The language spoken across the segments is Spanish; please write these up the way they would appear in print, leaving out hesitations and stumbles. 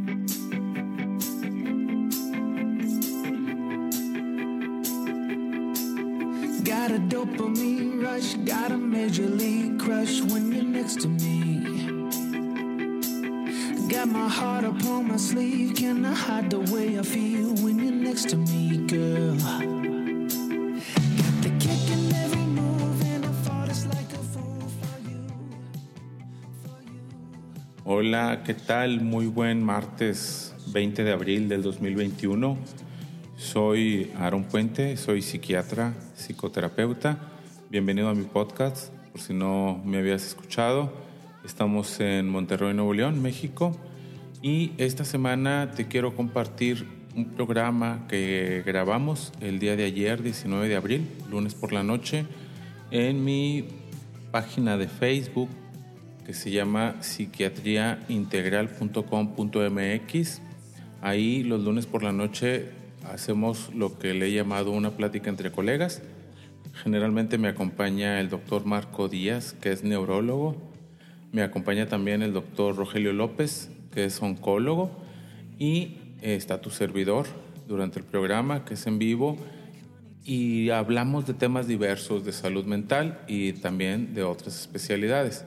Got a dopamine rush, got a major league crush when you're next to me. Got my heart upon my sleeve, can I hide the way I feel when you're next to me, girl? Got the kick in every move and I fought it's like a fool for you. Hola, ¿qué tal? Muy buen martes 20 de abril del 2021. Soy Aaron Puente, soy psiquiatra, psicoterapeuta. Bienvenido a mi podcast, por si no me habías escuchado. Estamos en Monterrey, Nuevo León, México. Y esta semana te quiero compartir un programa que grabamos el día de ayer, 19 de abril, lunes por la noche, en mi página de Facebook que se llama psiquiatriaintegral.com.mx. Ahí los lunes por la noche hacemos lo que le he llamado una plática entre colegas. Generalmente me acompaña el doctor Marco Díaz, que es neurólogo. Me acompaña también el doctor Rogelio López, que es oncólogo. Y está tu servidor durante el programa, que es en vivo. Y hablamos de temas diversos de salud mental y también de otras especialidades.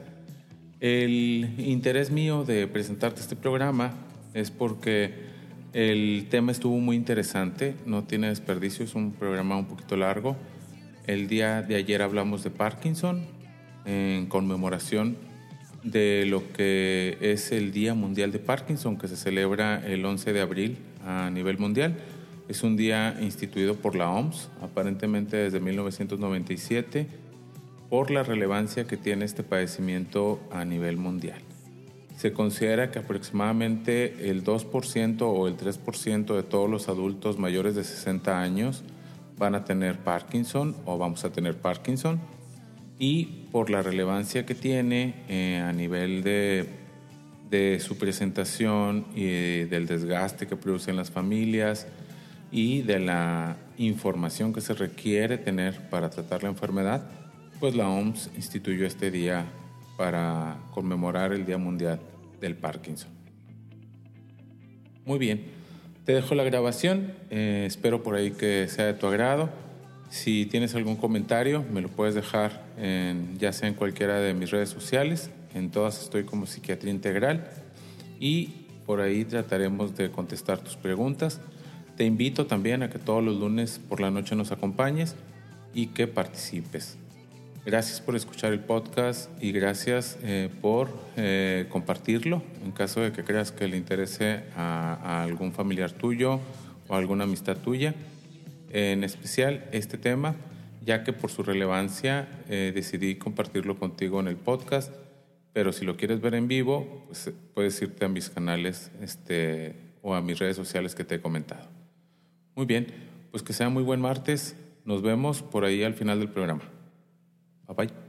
El interés mío de presentarte este programa es porque el tema estuvo muy interesante, no tiene desperdicio, es un programa un poquito largo. El día de ayer hablamos de Parkinson en conmemoración de lo que es el Día Mundial de Parkinson, que se celebra el 11 de abril a nivel mundial. Es un día instituido por la OMS, aparentemente desde 1997, por la relevancia que tiene este padecimiento a nivel mundial. Se considera que aproximadamente el 2% o el 3% de todos los adultos mayores de 60 años van a tener Parkinson o vamos a tener Parkinson, y por la relevancia que tiene a nivel de su presentación y del desgaste que producen las familias y de la información que se requiere tener para tratar la enfermedad, pues la OMS instituyó este día para conmemorar el Día Mundial del Parkinson. Muy bien, te dejo la grabación, espero por ahí que sea de tu agrado. Si tienes algún comentario, me lo puedes dejar ya sea en cualquiera de mis redes sociales, en todas estoy como Psiquiatría Integral, y por ahí trataremos de contestar tus preguntas. Te invito también a que todos los lunes por la noche nos acompañes y que participes. Gracias por escuchar el podcast y gracias por compartirlo en caso de que creas que le interese a algún familiar tuyo o a alguna amistad tuya. En especial este tema, ya que por su relevancia decidí compartirlo contigo en el podcast, pero si lo quieres ver en vivo, pues puedes irte a mis canales o a mis redes sociales que te he comentado. Muy bien, pues que sea muy buen martes. Nos vemos por ahí al final del programa. Bye bye.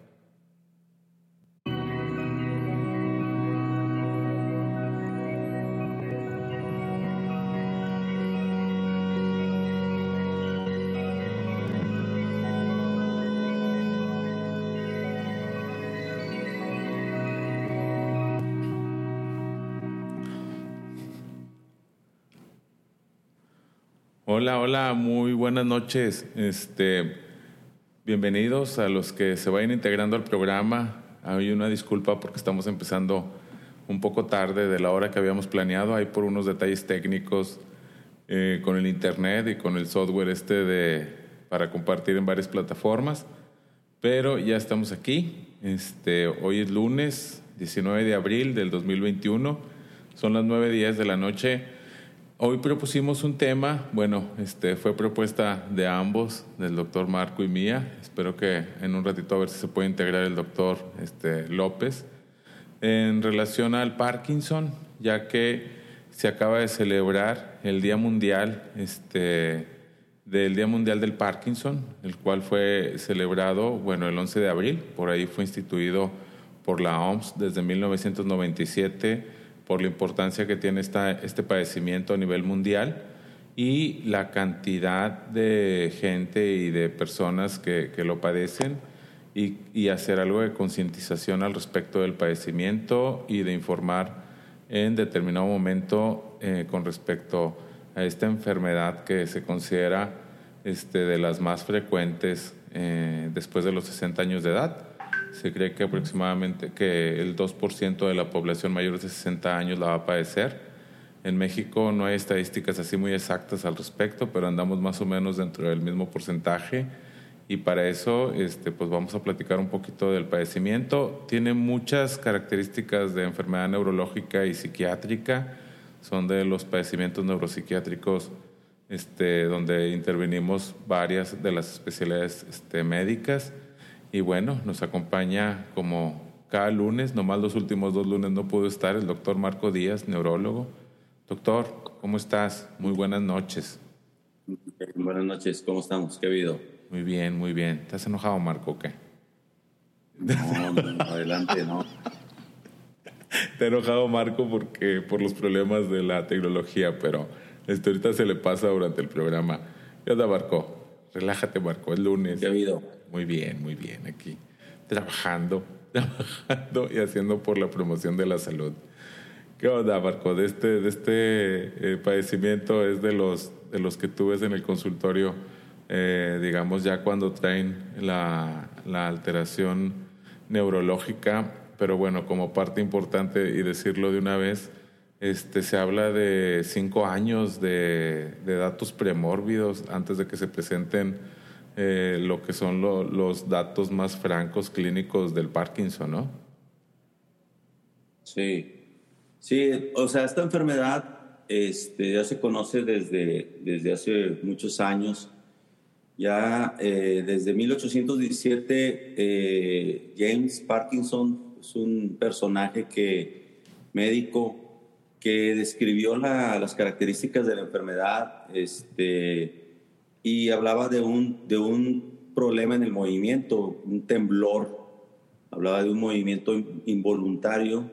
Hola, muy buenas noches. Bienvenidos a los que se vayan integrando al programa. Hay una disculpa porque estamos empezando un poco tarde de la hora que habíamos planeado. Hay por unos detalles técnicos con el internet y con el software para compartir en varias plataformas. Pero ya estamos aquí. Hoy es lunes 19 de abril del 2021. Son las 9:10 de la noche. Hoy propusimos un tema, fue propuesta de ambos, del doctor Marco y mía. Espero que en un ratito a ver si se puede integrar el doctor López, en relación al Parkinson, ya que se acaba de celebrar el Día Mundial, del Día Mundial del Parkinson, el cual fue celebrado, el 11 de abril, por ahí fue instituido por la OMS desde 1997, por la importancia que tiene este padecimiento a nivel mundial y la cantidad de gente y de personas que lo padecen, y hacer algo de concientización al respecto del padecimiento y de informar en determinado momento con respecto a esta enfermedad que se considera de las más frecuentes después de los 60 años de edad. Se cree que aproximadamente que el 2% de la población mayor de 60 años la va a padecer. En México no hay estadísticas así muy exactas al respecto, pero andamos más o menos dentro del mismo porcentaje. Y para eso pues vamos a platicar un poquito del padecimiento. Tiene muchas características de enfermedad neurológica y psiquiátrica. Son de los padecimientos neuropsiquiátricos donde intervenimos varias de las especialidades médicas. Y bueno, nos acompaña como cada lunes, nomás los últimos 2 lunes no pudo estar, el doctor Marco Díaz, neurólogo. Doctor, ¿cómo estás? Muy buenas noches. Buenas noches, ¿cómo estamos? ¿Qué ha habido? Muy bien, muy bien. ¿Estás enojado, Marco, o qué? No, adelante, no. Está enojado Marco por los problemas de la tecnología, pero ahorita se le pasa durante el programa. ¿Qué onda, Marco? Relájate, Marco, es lunes. ¿Qué ha habido? Muy bien, aquí trabajando y haciendo por la promoción de la salud. ¿Qué onda, Marco? De este padecimiento es de los que tú ves en el consultorio, digamos ya cuando traen la alteración neurológica, pero bueno, como parte importante y decirlo de una vez, se habla de 5 años de datos premórbidos antes de que se presenten lo que son los datos más francos clínicos del Parkinson, ¿no? Sí, o sea, esta enfermedad ya se conoce desde hace muchos años. Ya desde 1817, James Parkinson es un personaje médico que describió las características de la enfermedad y hablaba de un problema en el movimiento, un temblor. Hablaba de un movimiento involuntario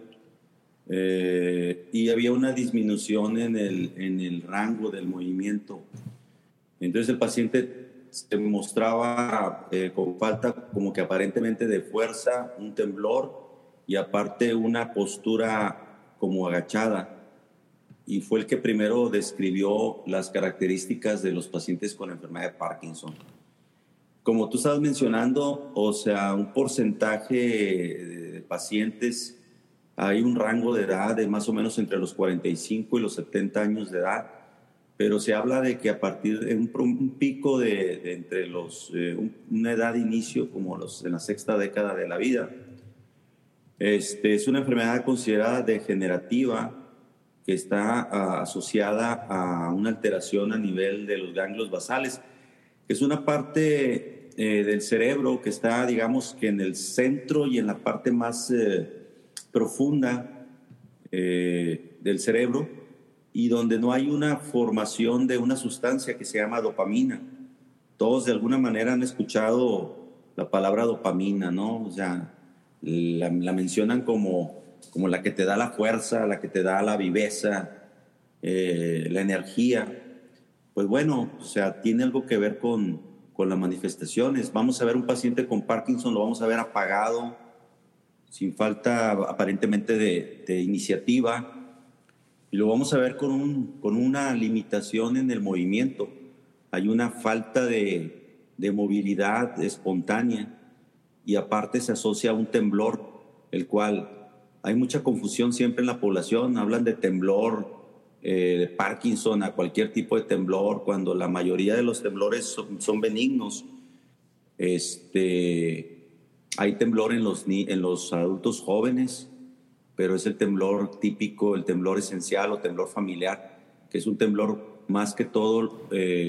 y había una disminución en el rango del movimiento. Entonces el paciente se mostraba con falta como que aparentemente de fuerza, un temblor y aparte una postura como agachada. Y fue el que primero describió las características de los pacientes con enfermedad de Parkinson. Como tú estabas mencionando, o sea, un porcentaje de pacientes, hay un rango de edad de más o menos entre los 45 y los 70 años de edad, pero se habla de que a partir de un pico de entre una edad de inicio, como en la sexta década de la vida, es una enfermedad considerada degenerativa que está asociada a una alteración a nivel de los ganglios basales, que es una parte del cerebro que está, digamos, que en el centro y en la parte más profunda del cerebro, y donde no hay una formación de una sustancia que se llama dopamina. Todos de alguna manera han escuchado la palabra dopamina, ¿no? O sea, la mencionan como la que te da la fuerza, la que te da la viveza, la energía. Pues bueno, o sea, tiene algo que ver con las manifestaciones. Vamos a ver un paciente con Parkinson, lo vamos a ver apagado, sin falta aparentemente de iniciativa, y lo vamos a ver con una limitación en el movimiento. Hay una falta de movilidad espontánea y aparte se asocia a un temblor, el cual hay mucha confusión siempre en la población. Hablan de temblor, de Parkinson, a cualquier tipo de temblor, cuando la mayoría de los temblores son benignos. Hay temblor en los adultos jóvenes, pero es el temblor típico, el temblor esencial o temblor familiar, que es un temblor más que todo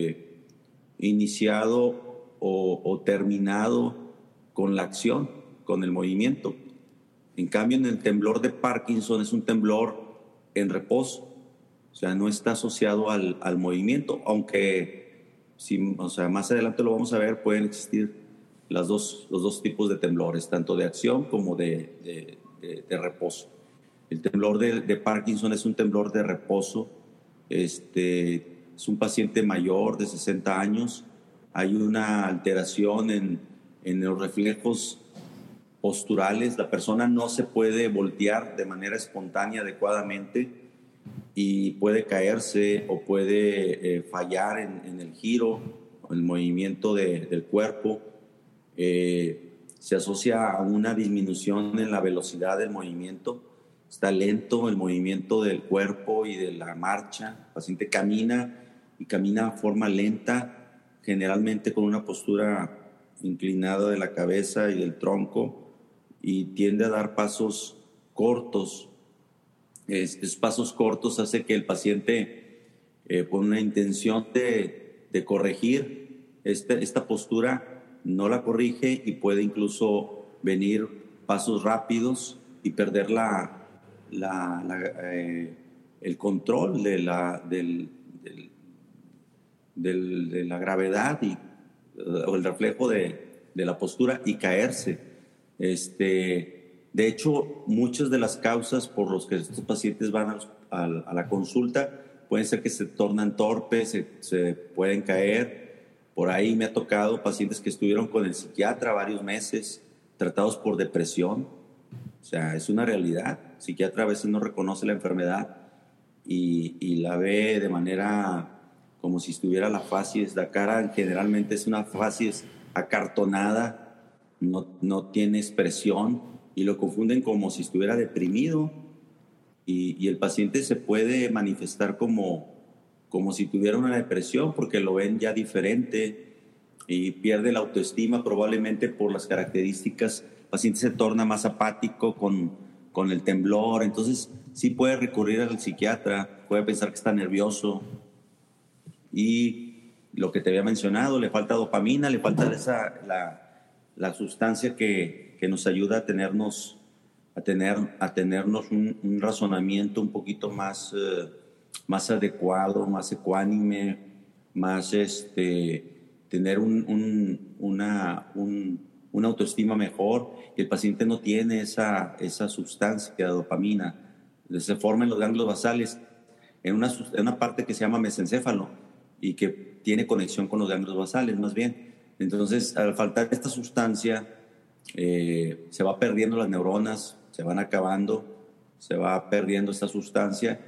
iniciado o terminado con la acción, con el movimiento. En cambio, en el temblor de Parkinson es un temblor en reposo, o sea, no está asociado al movimiento, aunque más adelante lo vamos a ver, pueden existir los dos tipos de temblores, tanto de acción como de reposo. El temblor de Parkinson es un temblor de reposo. Es un paciente mayor de 60 años. Hay una alteración en los reflejos posturales. La persona no se puede voltear de manera espontánea adecuadamente y puede caerse o puede fallar en el giro, el movimiento del cuerpo. Se asocia a una disminución en la velocidad del movimiento. Está lento el movimiento del cuerpo y de la marcha. El paciente camina y camina de forma lenta, generalmente con una postura inclinada de la cabeza y del tronco, y tiende a dar pasos cortos. Esos pasos cortos hace que el paciente, con una intención de corregir esta postura, no la corrige y puede incluso venir pasos rápidos y perder el control de la gravedad o el reflejo de la postura y caerse. De hecho, muchas de las causas por las que estos pacientes van a la consulta pueden ser que se tornan torpes, se pueden caer. Por ahí me ha tocado pacientes que estuvieron con el psiquiatra varios meses tratados por depresión. O sea, es una realidad. El psiquiatra a veces no reconoce la enfermedad y la ve de manera como si estuviera la facies. La cara generalmente es una facies acartonada, no tiene expresión y lo confunden como si estuviera deprimido. Y el paciente se puede manifestar como si tuviera una depresión porque lo ven ya diferente y pierde la autoestima probablemente por las características. El paciente se torna más apático con el temblor, entonces sí puede recurrir al psiquiatra, puede pensar que está nervioso y lo que te había mencionado, le falta dopamina, le falta la sustancia que nos ayuda a tenernos un razonamiento un poquito más adecuado, más ecuánime, más tener una autoestima mejor. Y el paciente no tiene esa sustancia de dopamina. Se forma en los ganglios basales en una parte que se llama mesencéfalo y que tiene conexión con los ganglios basales más bien. Entonces, al faltar esta sustancia, se va perdiendo las neuronas, se van acabando, se va perdiendo esta sustancia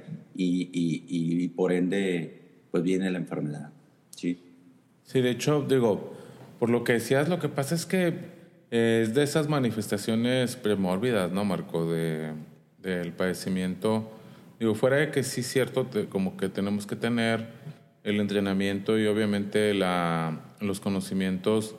y por ende pues viene la enfermedad. Sí, sí, de hecho, digo, por lo que decías, lo que pasa es que es de esas manifestaciones premórbidas, ¿no, Marco? Del padecimiento. Digo, fuera de que sí es cierto, como que tenemos que tener el entrenamiento y obviamente los conocimientos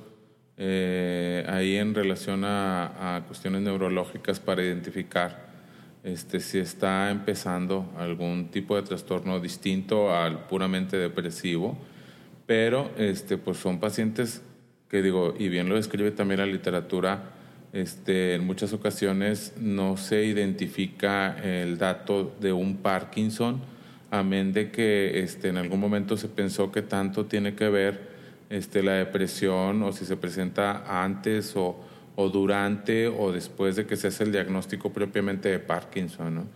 ahí en relación a cuestiones neurológicas para identificar si está empezando algún tipo de trastorno distinto al puramente depresivo, pero pues son pacientes que, digo, y bien lo describe también la literatura, en muchas ocasiones no se identifica el dato de un Parkinson, amén de que en algún momento se pensó que tanto tiene que ver la depresión o si se presenta antes o durante o después de que se hace el diagnóstico propiamente de Parkinson, ¿no?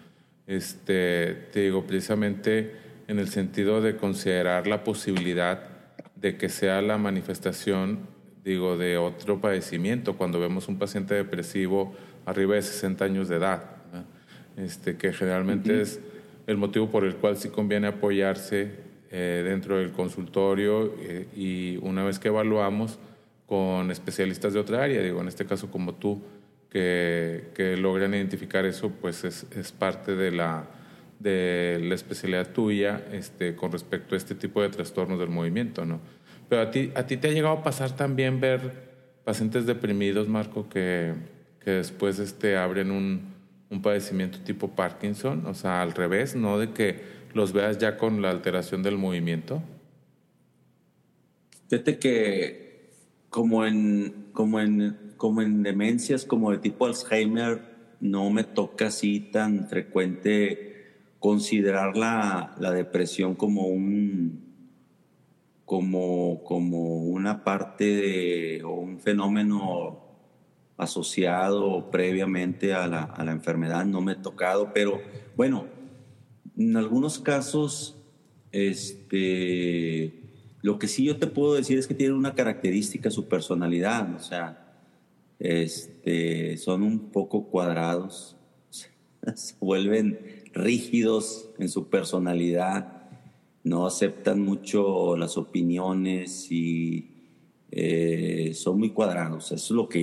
Te digo, precisamente en el sentido de considerar la posibilidad de que sea la manifestación, digo, de otro padecimiento, cuando vemos un paciente depresivo arriba de 60 años de edad, ¿no? Que generalmente es el motivo por el cual sí conviene apoyarse dentro del consultorio y una vez que evaluamos con especialistas de otra área, digo, en este caso como tú, que logran identificar eso, pues es parte de la especialidad tuya con respecto a este tipo de trastornos del movimiento, ¿no? Pero a ti te ha llegado a pasar también ver pacientes deprimidos, Marco, que después abren un padecimiento tipo Parkinson, o sea, al revés, no de que los veas ya con la alteración del movimiento. Fíjate que como en demencias como de tipo Alzheimer no me toca así tan frecuente considerar la depresión como una parte o un fenómeno asociado previamente a la enfermedad. No me ha tocado, pero bueno, en algunos casos lo que sí yo te puedo decir es que tiene una característica su personalidad, o sea, son un poco cuadrados, se vuelven rígidos en su personalidad, no aceptan mucho las opiniones y son muy cuadrados. Eso es lo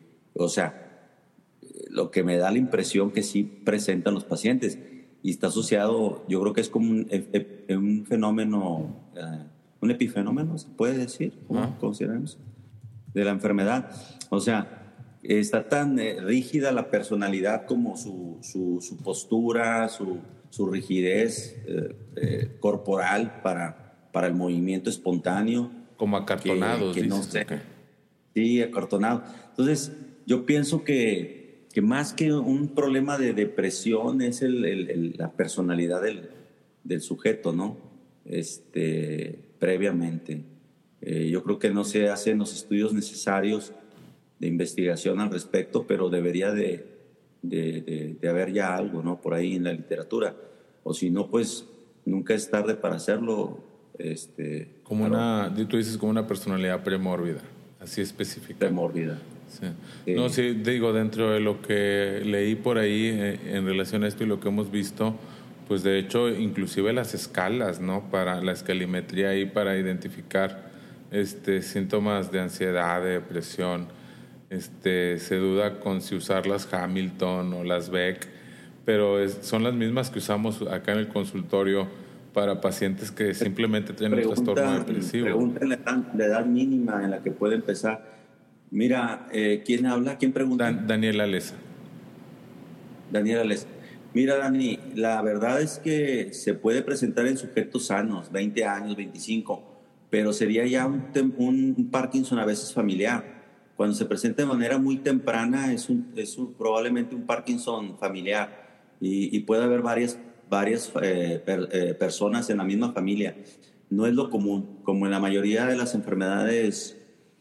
que me da la impresión que sí presentan los pacientes, y está asociado, yo creo que es como un fenómeno, un epifenómeno, se puede decir, ¿cómo consideramos? De la enfermedad. O sea, está tan rígida la personalidad como su postura, su rigidez corporal para el movimiento espontáneo. Como acartonados, que no dices, sé. okay. Sí, acartonado. Entonces, yo pienso que más que un problema de depresión es la personalidad del sujeto, ¿no? Previamente. Yo creo que no se hacen los estudios necesarios de investigación al respecto, pero debería de haber ya algo, ¿no? Por ahí en la literatura. O si no, pues nunca es tarde para hacerlo. Como tú dices, como una personalidad premórbida, así específica. Premórbida. Sí. No, sí, digo, dentro de lo que leí por ahí en relación a esto y lo que hemos visto, pues de hecho, inclusive las escalas, ¿no? Para la escalimetría ahí para identificar síntomas de ansiedad, de depresión. Se duda con si usar las Hamilton o las Beck, pero son las mismas que usamos acá en el consultorio para pacientes que simplemente tienen un trastorno depresivo. Pregunten la edad mínima en la que puede empezar. Mira, ¿quién habla? ¿Quién pregunta? Daniela Leza. Daniela Leza. Mira, Dani, la verdad es que se puede presentar en sujetos sanos, 20 años, 25, pero sería ya un Parkinson a veces familiar. Cuando se presenta de manera muy temprana es probablemente un Parkinson familiar y puede haber varias personas en la misma familia. No es lo común, como en la mayoría de las enfermedades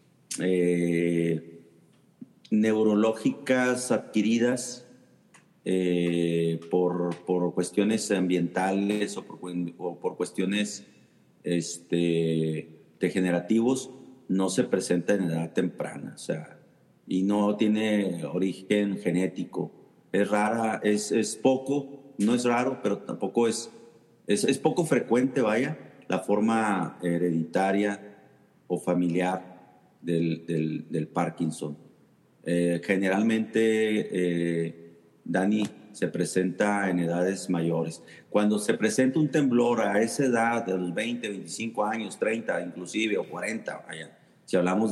neurológicas adquiridas por cuestiones ambientales o por cuestiones degenerativos, no se presenta en edad temprana, o sea, y no tiene origen genético. Es rara, es poco, no es raro, pero tampoco es poco frecuente, vaya, la forma hereditaria o familiar del Parkinson. Generalmente, Dani, se presenta en edades mayores. Cuando se presenta un temblor a esa edad, de los 20, 25 años, 30 inclusive, o 40, vaya, si hablamos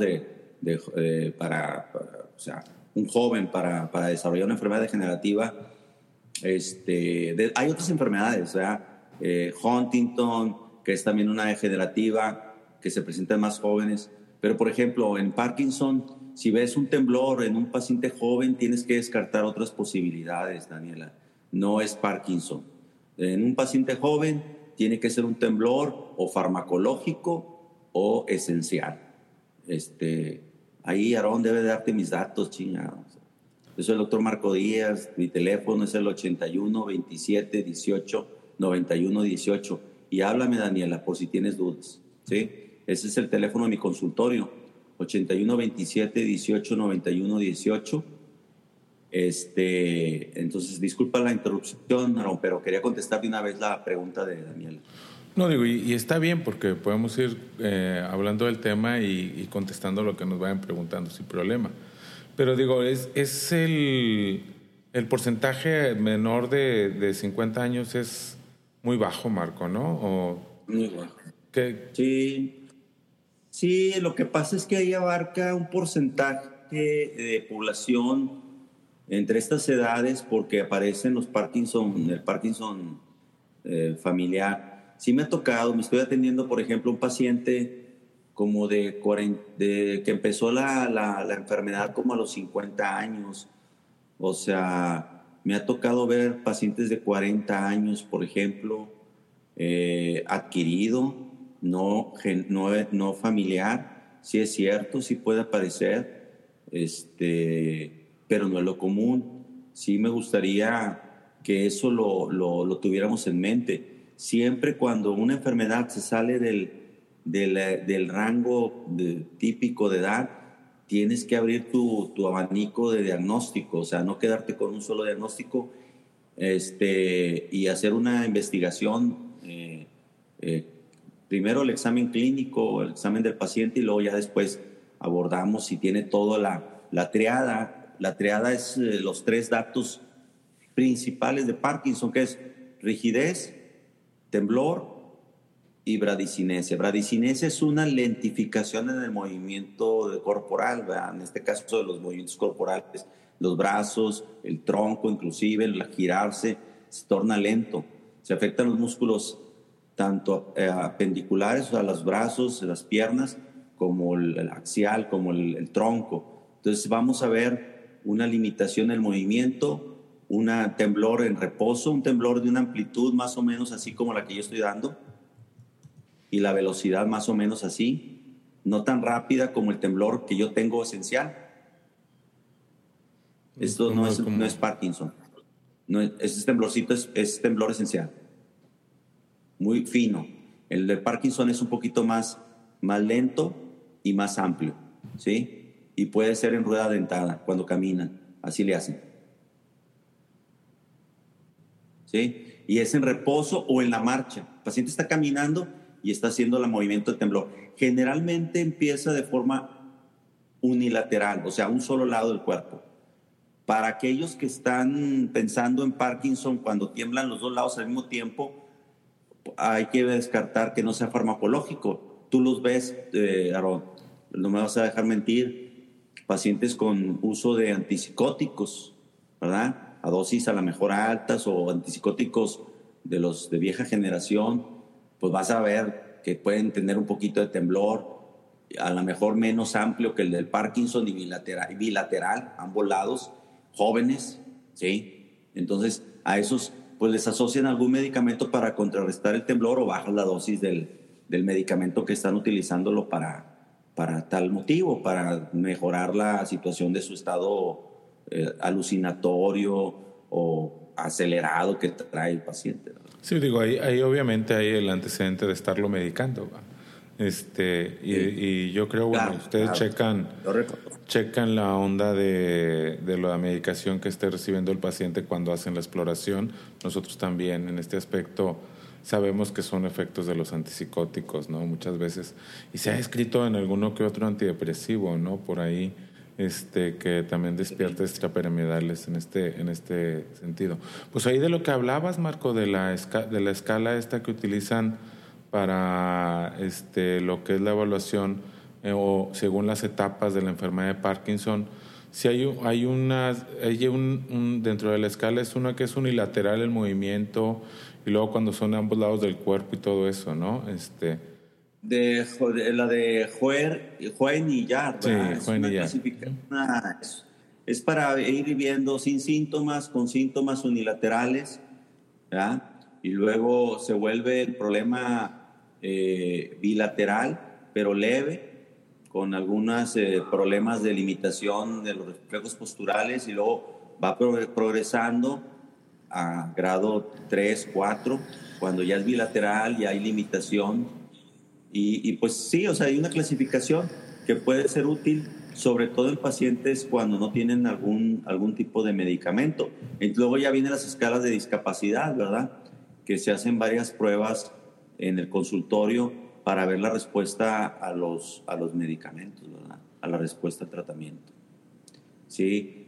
o sea, un joven para desarrollar una enfermedad degenerativa, hay otras enfermedades, ¿verdad? Huntington, que es también una degenerativa, que se presenta en más jóvenes. Pero, por ejemplo, en Parkinson, si ves un temblor en un paciente joven, tienes que descartar otras posibilidades, Daniela. No es Parkinson. En un paciente joven tiene que ser un temblor o farmacológico o esencial. Ahí Aarón debe darte mis datos, chingados. Yo soy el doctor Marco Díaz, mi teléfono es el 81 27 18 91 18. Y háblame, Daniela, por si tienes dudas, ¿sí? Ese es el teléfono de mi consultorio, 81 27 18 91 18. Entonces, disculpa la interrupción, pero quería contestar de una vez la pregunta de Daniela. No, digo, y está bien porque podemos ir hablando del tema y contestando lo que nos vayan preguntando sin problema. Pero digo, es el porcentaje menor de 50 años es muy bajo, Marco, ¿no? Muy bajo. Sí, lo que pasa es que ahí abarca un porcentaje de población entre estas edades porque aparecen el Parkinson familiar. Sí me ha tocado, me estoy atendiendo, por ejemplo, un paciente como que empezó la enfermedad como a los 50 años. O sea, me ha tocado ver pacientes de 40 años, por ejemplo, adquirido, no familiar. Sí es cierto, sí puede aparecer, pero no es lo común. Sí me gustaría que eso lo tuviéramos en mente. Siempre cuando una enfermedad se sale del rango típico de edad, tienes que abrir tu abanico de diagnóstico, o sea, no quedarte con un solo diagnóstico, y hacer una investigación, primero el examen clínico, el examen del paciente, y luego ya después abordamos si tiene toda la triada. La triada es los 3 datos principales de Parkinson, que es rigidez, temblor y bradicinesia. Bradicinesia es una lentificación en el movimiento corporal, ¿verdad? En este caso de los movimientos corporales, los brazos, el tronco inclusive, el girarse, se torna lento. Se afectan los músculos tanto apendiculares, o sea, los brazos, las piernas, como el axial, como el tronco. Entonces vamos a ver una limitación en el movimiento, un temblor en reposo, un temblor de una amplitud más o menos así como la que yo estoy dando, y la velocidad más o menos así, no tan rápida como el temblor que yo tengo esencial. Esto no es Parkinson. No, ese temblorcito es temblor esencial. Muy fino. El de Parkinson es un poquito más lento y más amplio, ¿sí? Y puede ser en rueda dentada cuando caminan. Así le hacen. ¿Sí? Y es en reposo o en la marcha. El paciente está caminando y está haciendo el movimiento de temblor. Generalmente empieza de forma unilateral, o sea, un solo lado del cuerpo. Para aquellos que están pensando en Parkinson, cuando tiemblan los 2 lados al mismo tiempo, hay que descartar que no sea farmacológico. Tú los ves, Aaron, no me vas a dejar mentir, pacientes con uso de antipsicóticos, ¿verdad? A dosis a lo mejor altas, o antipsicóticos de los de vieja generación, pues vas a ver que pueden tener un poquito de temblor, a lo mejor menos amplio que el del Parkinson, y bilateral, ambos lados, jóvenes, ¿sí? Entonces a esos pues les asocian algún medicamento para contrarrestar el temblor, o bajan la dosis del medicamento que están utilizándolo para tal motivo, para mejorar la situación de su estado alucinatorio o acelerado que trae el paciente, ¿no? Sí, digo, ahí obviamente hay el antecedente de estarlo medicando, ¿va? Y yo creo, bueno, claro, ustedes checan la onda de la medicación que esté recibiendo el paciente cuando hacen la exploración. Nosotros también en este aspecto sabemos que son efectos de los antipsicóticos, ¿no? Muchas veces. Y se ha escrito en alguno que otro antidepresivo, ¿no? Por ahí, que también despierta extrapiramidales en este sentido. Pues ahí de lo que hablabas, Marco, de la escala esta que utilizan para lo que es la evaluación o según las etapas de la enfermedad de Parkinson, si hay dentro de la escala es una que es unilateral el movimiento, y luego cuando son ambos lados del cuerpo y todo eso, ¿no? La de Hoehn y Yahr, sí, Hoehn y Yahr. Es para ir viendo sin síntomas, con síntomas unilaterales, ¿verdad? Y luego se vuelve el problema bilateral, pero leve, con algunos problemas de limitación de los reflejos posturales, y luego va progresando a grado 3, 4, cuando ya es bilateral, ya hay limitación. Y pues sí, o sea, hay una clasificación que puede ser útil, sobre todo en pacientes cuando no tienen algún tipo de medicamento. Y luego ya vienen las escalas de discapacidad, ¿verdad? Que se hacen varias pruebas en el consultorio para ver la respuesta a los medicamentos, ¿verdad? A la respuesta al tratamiento. Sí,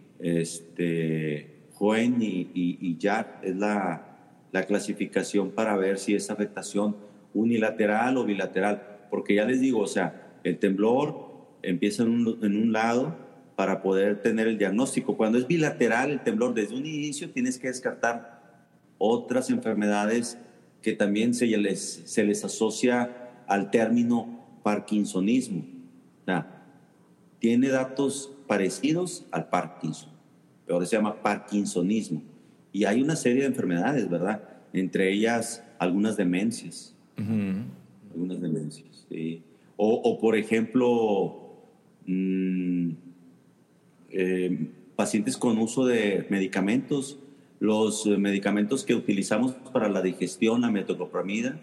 Hoehn y Yahr es la clasificación para ver si es afectación unilateral o bilateral, porque ya les digo, o sea, el temblor empieza en un lado para poder tener el diagnóstico. Cuando es bilateral el temblor, desde un inicio tienes que descartar otras enfermedades que también se les asocia al término parkinsonismo. O sea, tiene datos parecidos al Parkinson, pero ahora se llama parkinsonismo. Y hay una serie de enfermedades, ¿verdad? Entre ellas algunas demencias. Uh-huh. Algunas demencias, sí. O por ejemplo, pacientes con uso de medicamentos, los medicamentos que utilizamos para la digestión, la metoclopramida,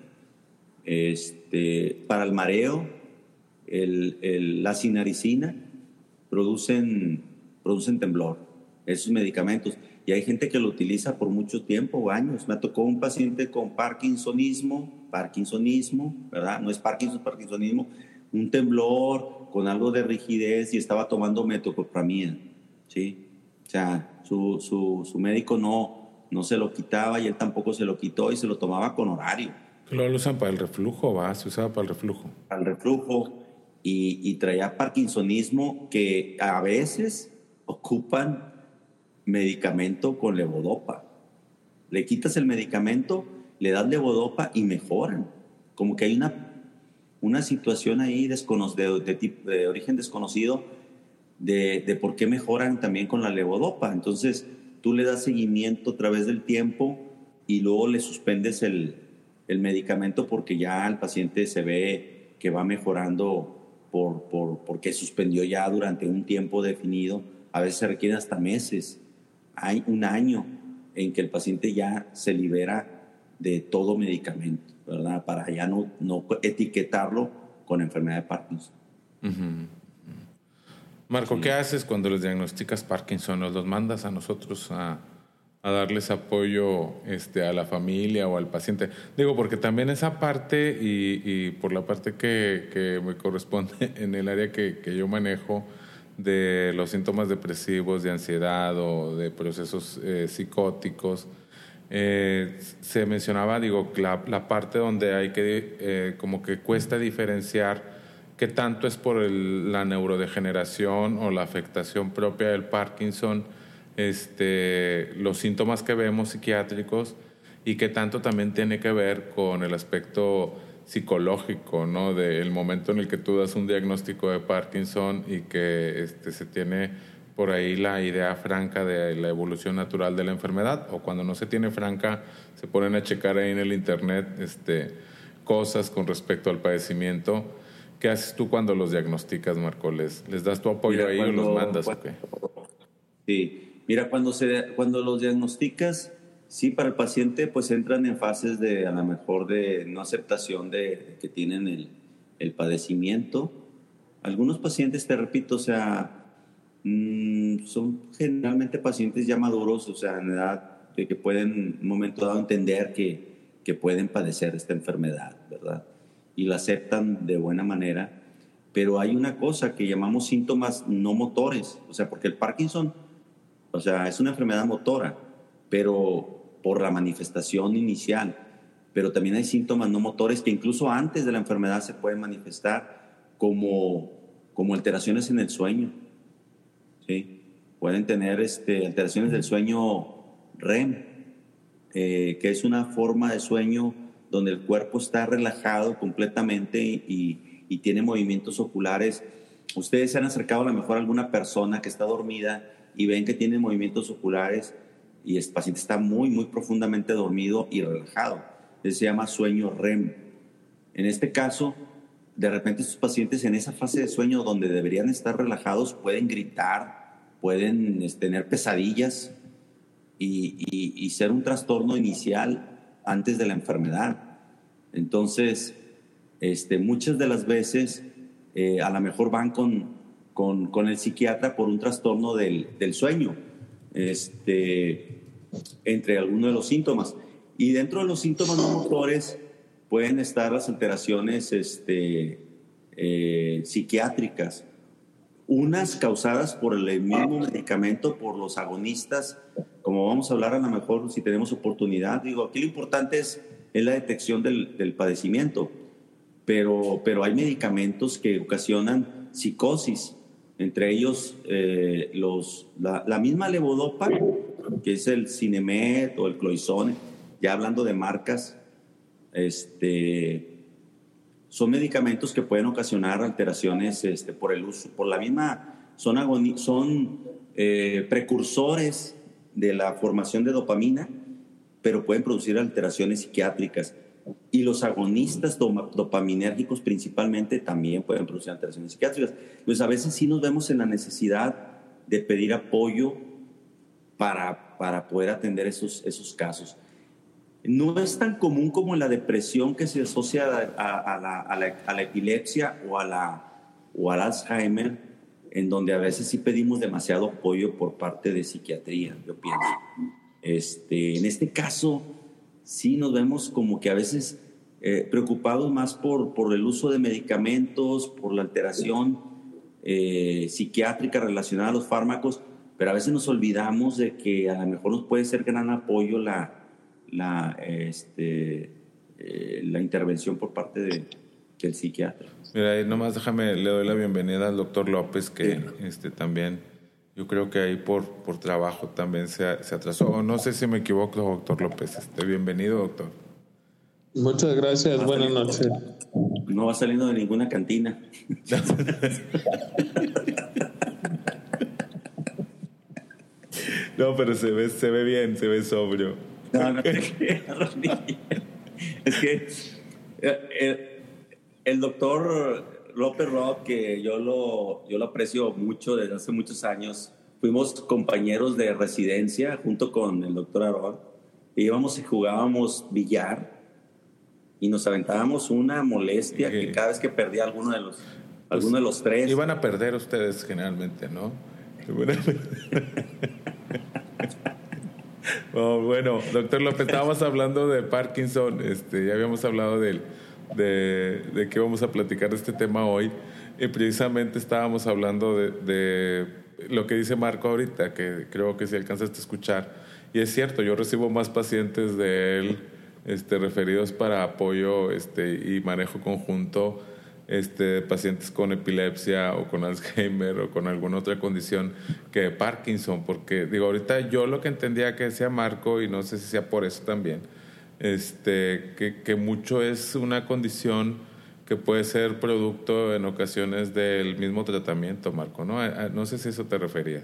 para el mareo, la cinaricina, producen temblor, esos medicamentos. Y hay gente que lo utiliza por mucho tiempo o años. Me tocó un paciente con parkinsonismo, ¿verdad? No es parkinsonismo, un temblor con algo de rigidez y estaba tomando metoclopramida, ¿sí? O sea, su médico no se lo quitaba y él tampoco se lo quitó y se lo tomaba con horario. Lo usan para el reflujo, ¿va? Se usaba para el reflujo. Al reflujo y traía parkinsonismo que a veces ocupan medicamento con levodopa. Le quitas el medicamento, le das levodopa y mejoran. Como que hay una situación ahí de origen desconocido de por qué mejoran también con la levodopa. Entonces, tú le das seguimiento a través del tiempo y luego le suspendes el medicamento porque ya el paciente se ve que va mejorando porque suspendió ya durante un tiempo definido. A veces se requieren hasta meses. Hay un año en que el paciente ya se libera de todo medicamento, ¿verdad? Para ya no etiquetarlo con enfermedad de Parkinson. Uh-huh. Marco, sí. ¿Qué haces cuando les diagnosticas Parkinson? ¿Nos los mandas a nosotros a darles apoyo a la familia o al paciente? Digo, porque también esa parte y por la parte que me corresponde en el área que yo manejo de los síntomas depresivos, de ansiedad o de procesos psicóticos, se mencionaba, digo, la parte donde hay que, como que cuesta diferenciar qué tanto es por la neurodegeneración o la afectación propia del Parkinson, los síntomas que vemos psiquiátricos y qué tanto también tiene que ver con el aspecto psicológico, ¿no? Del momento en el que tú das un diagnóstico de Parkinson y que se tiene por ahí la idea franca de la evolución natural de la enfermedad, o cuando no se tiene franca, se ponen a checar ahí en el internet cosas con respecto al padecimiento. ¿Qué haces tú cuando los diagnosticas, Marco? ¿Les das tu apoyo ahí o los mandas? ¿Okay? Sí, mira, cuando los diagnosticas, sí, para el paciente pues entran en fases de a lo mejor de no aceptación de que tienen el padecimiento. Algunos pacientes, te repito, o sea, son generalmente pacientes ya maduros, o sea, en edad de que pueden en un momento dado entender que pueden padecer esta enfermedad, ¿verdad? Y la aceptan de buena manera. Pero hay una cosa que llamamos síntomas no motores, o sea, porque el Parkinson, o sea, es una enfermedad motora, pero por la manifestación inicial, pero también hay síntomas no motores que incluso antes de la enfermedad se pueden manifestar como alteraciones en el sueño, ¿sí? Pueden tener alteraciones del sueño REM, que es una forma de sueño donde el cuerpo está relajado completamente y tiene movimientos oculares. Ustedes se han acercado a lo mejor a alguna persona que está dormida y ven que tiene movimientos oculares y el paciente está muy, muy profundamente dormido y relajado. Eso se llama sueño REM. En este caso, de repente estos pacientes en esa fase de sueño donde deberían estar relajados pueden gritar, pueden tener pesadillas y ser un trastorno inicial antes de la enfermedad. Entonces, muchas de las veces a lo mejor van con el psiquiatra por un trastorno del sueño, entre algunos de los síntomas. Y dentro de los síntomas no motores pueden estar las alteraciones psiquiátricas, unas causadas por el mismo medicamento, por los agonistas, como vamos a hablar a lo mejor si tenemos oportunidad. Digo, aquí lo importante es la detección del padecimiento, pero hay medicamentos que ocasionan psicosis, entre ellos la misma levodopa, que es el Sinemet o el Cloizone, ya hablando de marcas, son medicamentos que pueden ocasionar alteraciones por el uso, por la misma, son precursores de la formación de dopamina, pero pueden producir alteraciones psiquiátricas. Y los agonistas dopaminérgicos principalmente también pueden producir alteraciones psiquiátricas. Pues a veces sí nos vemos en la necesidad de pedir apoyo para poder atender esos casos. No es tan común como la depresión que se asocia a la epilepsia o al Alzheimer en donde a veces sí pedimos demasiado apoyo por parte de psiquiatría, yo pienso. En este caso, sí nos vemos como que a veces preocupados más por el uso de medicamentos, por la alteración psiquiátrica relacionada a los fármacos, pero a veces nos olvidamos de que a lo mejor nos puede ser gran apoyo la intervención por parte del psiquiatra. Mira, ahí nomás le doy la bienvenida al doctor López, que también, yo creo que ahí por trabajo también se atrasó. No sé si me equivoco, doctor López. Bienvenido, doctor. Muchas gracias, buenas noches. No va saliendo de ninguna cantina. No, pero se ve bien, se ve sobrio. No, es que el doctor López Rock, que yo lo aprecio mucho desde hace muchos años, fuimos compañeros de residencia junto con el doctor Aarón, y íbamos y jugábamos billar y nos aventábamos una molestia que cada vez que perdía alguno de los tres. Iban a perder ustedes generalmente, ¿no? Oh, bueno, doctor López, estábamos hablando de Parkinson, ya habíamos hablado de que íbamos a platicar de este tema hoy, y precisamente estábamos hablando de lo que dice Marco ahorita, que creo que si alcanzaste a escuchar, y es cierto, yo recibo más pacientes de él referidos para apoyo y manejo conjunto, pacientes con epilepsia o con Alzheimer o con alguna otra condición que Parkinson, porque digo, ahorita yo lo que entendía que decía Marco, y no sé si sea por eso también, que mucho es una condición que puede ser producto en ocasiones del mismo tratamiento, Marco, ¿no? No sé si eso te referías.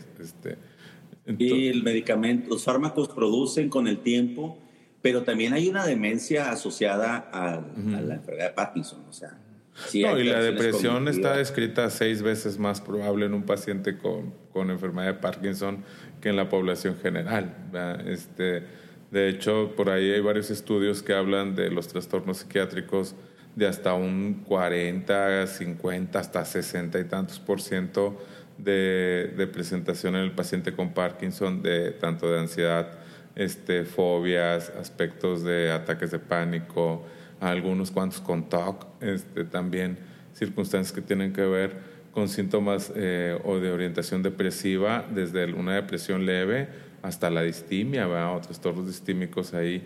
Y el medicamento, los fármacos producen con el tiempo, pero también hay una demencia asociada a la enfermedad de Parkinson, o sea. Sí, no, y la depresión está descrita 6 veces más probable en un paciente con enfermedad de Parkinson que en la población general, ¿verdad? De hecho, por ahí hay varios estudios que hablan de los trastornos psiquiátricos de hasta un 40, 50, hasta 60 y tantos % de presentación en el paciente con Parkinson, tanto de ansiedad, fobias, aspectos de ataques de pánico, algunos cuantos con TOC, también circunstancias que tienen que ver con síntomas o de orientación depresiva, desde una depresión leve hasta la distimia, ¿verdad? O trastornos distímicos ahí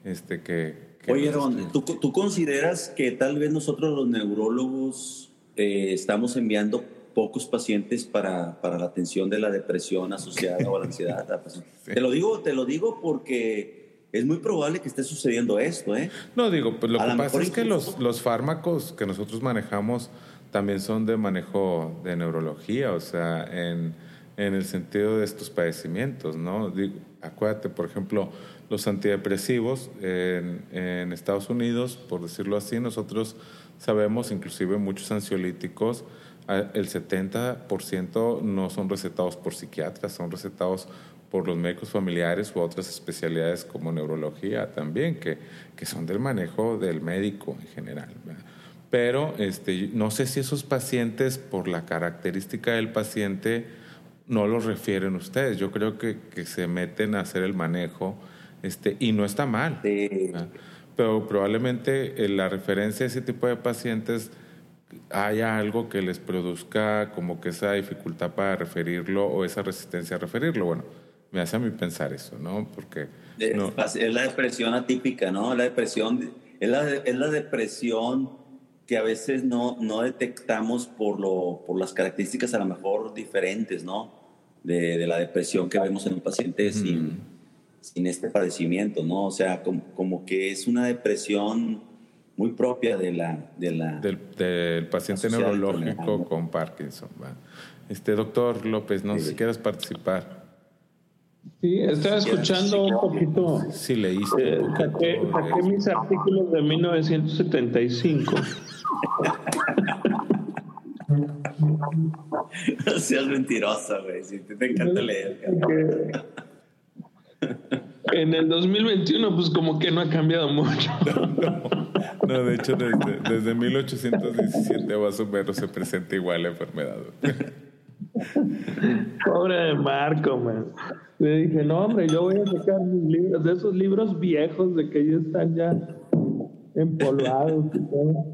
Oye, Ron, ¿tú consideras que tal vez nosotros los neurólogos estamos enviando pocos pacientes para la atención de la depresión asociada o a la ansiedad? Sí. Te lo digo porque es muy probable que esté sucediendo esto, ¿eh? No, digo, pues lo que pasa es que los fármacos que nosotros manejamos también son de manejo de neurología, o sea, en el sentido de estos padecimientos, ¿no? Digo, acuérdate, por ejemplo, los antidepresivos en Estados Unidos, por decirlo así, nosotros sabemos, inclusive muchos ansiolíticos, el 70% no son recetados por psiquiatras, son recetados por los médicos familiares u otras especialidades como neurología también, que son del manejo del médico en general, ¿verdad? Pero no sé si esos pacientes, por la característica del paciente, no los refieren ustedes. Yo creo que se meten a hacer el manejo y no está mal. Sí. Pero probablemente la referencia a ese tipo de pacientes haya algo que les produzca como que esa dificultad para referirlo o esa resistencia a referirlo. Bueno, me hace a mí pensar eso, ¿no? Porque es la depresión atípica, ¿no? La depresión es la depresión que a veces no detectamos por las características a lo mejor diferentes, ¿no? De la depresión que vemos en un paciente sin este padecimiento, ¿no? O sea, como que es una depresión muy propia del paciente neurológico con Parkinson, ¿va? Doctor López, no sé si quieres participar. Sí, estaba escuchando un poquito. Sí, leíste. Saqué mis artículos de 1975. No seas mentirosa, güey. Si te encanta leer. En el 2021, pues como que no ha cambiado mucho. No, de hecho, desde 1817 más o menos se presenta igual la enfermedad. Pobre de Marco, man. Le dije, no, hombre, yo voy a sacar mis libros, de esos libros viejos de que ya están ya empolvados y todo.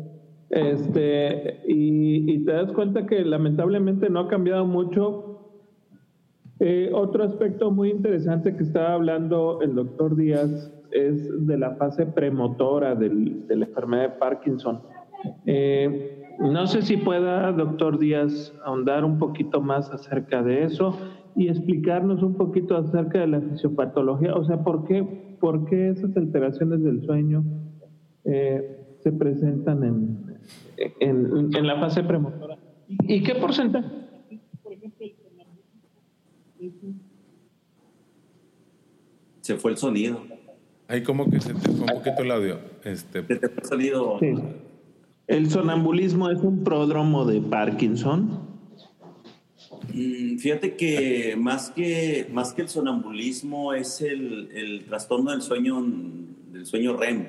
Y te das cuenta que lamentablemente no ha cambiado mucho. Otro aspecto muy interesante que estaba hablando el doctor Díaz es de la fase premotora de la enfermedad de Parkinson. No sé si pueda, doctor Díaz, ahondar un poquito más acerca de eso y explicarnos un poquito acerca de la fisiopatología, o sea, ¿por qué esas alteraciones del sueño se presentan en la fase premotora? ¿Y qué porcentaje? Por ejemplo, se fue el sonido. Ahí como que se te fue un poquito el audio. Se te fue el sonido. Sí. ¿El sonambulismo es un pródromo de Parkinson? Fíjate que más que el sonambulismo es el trastorno del sueño REM.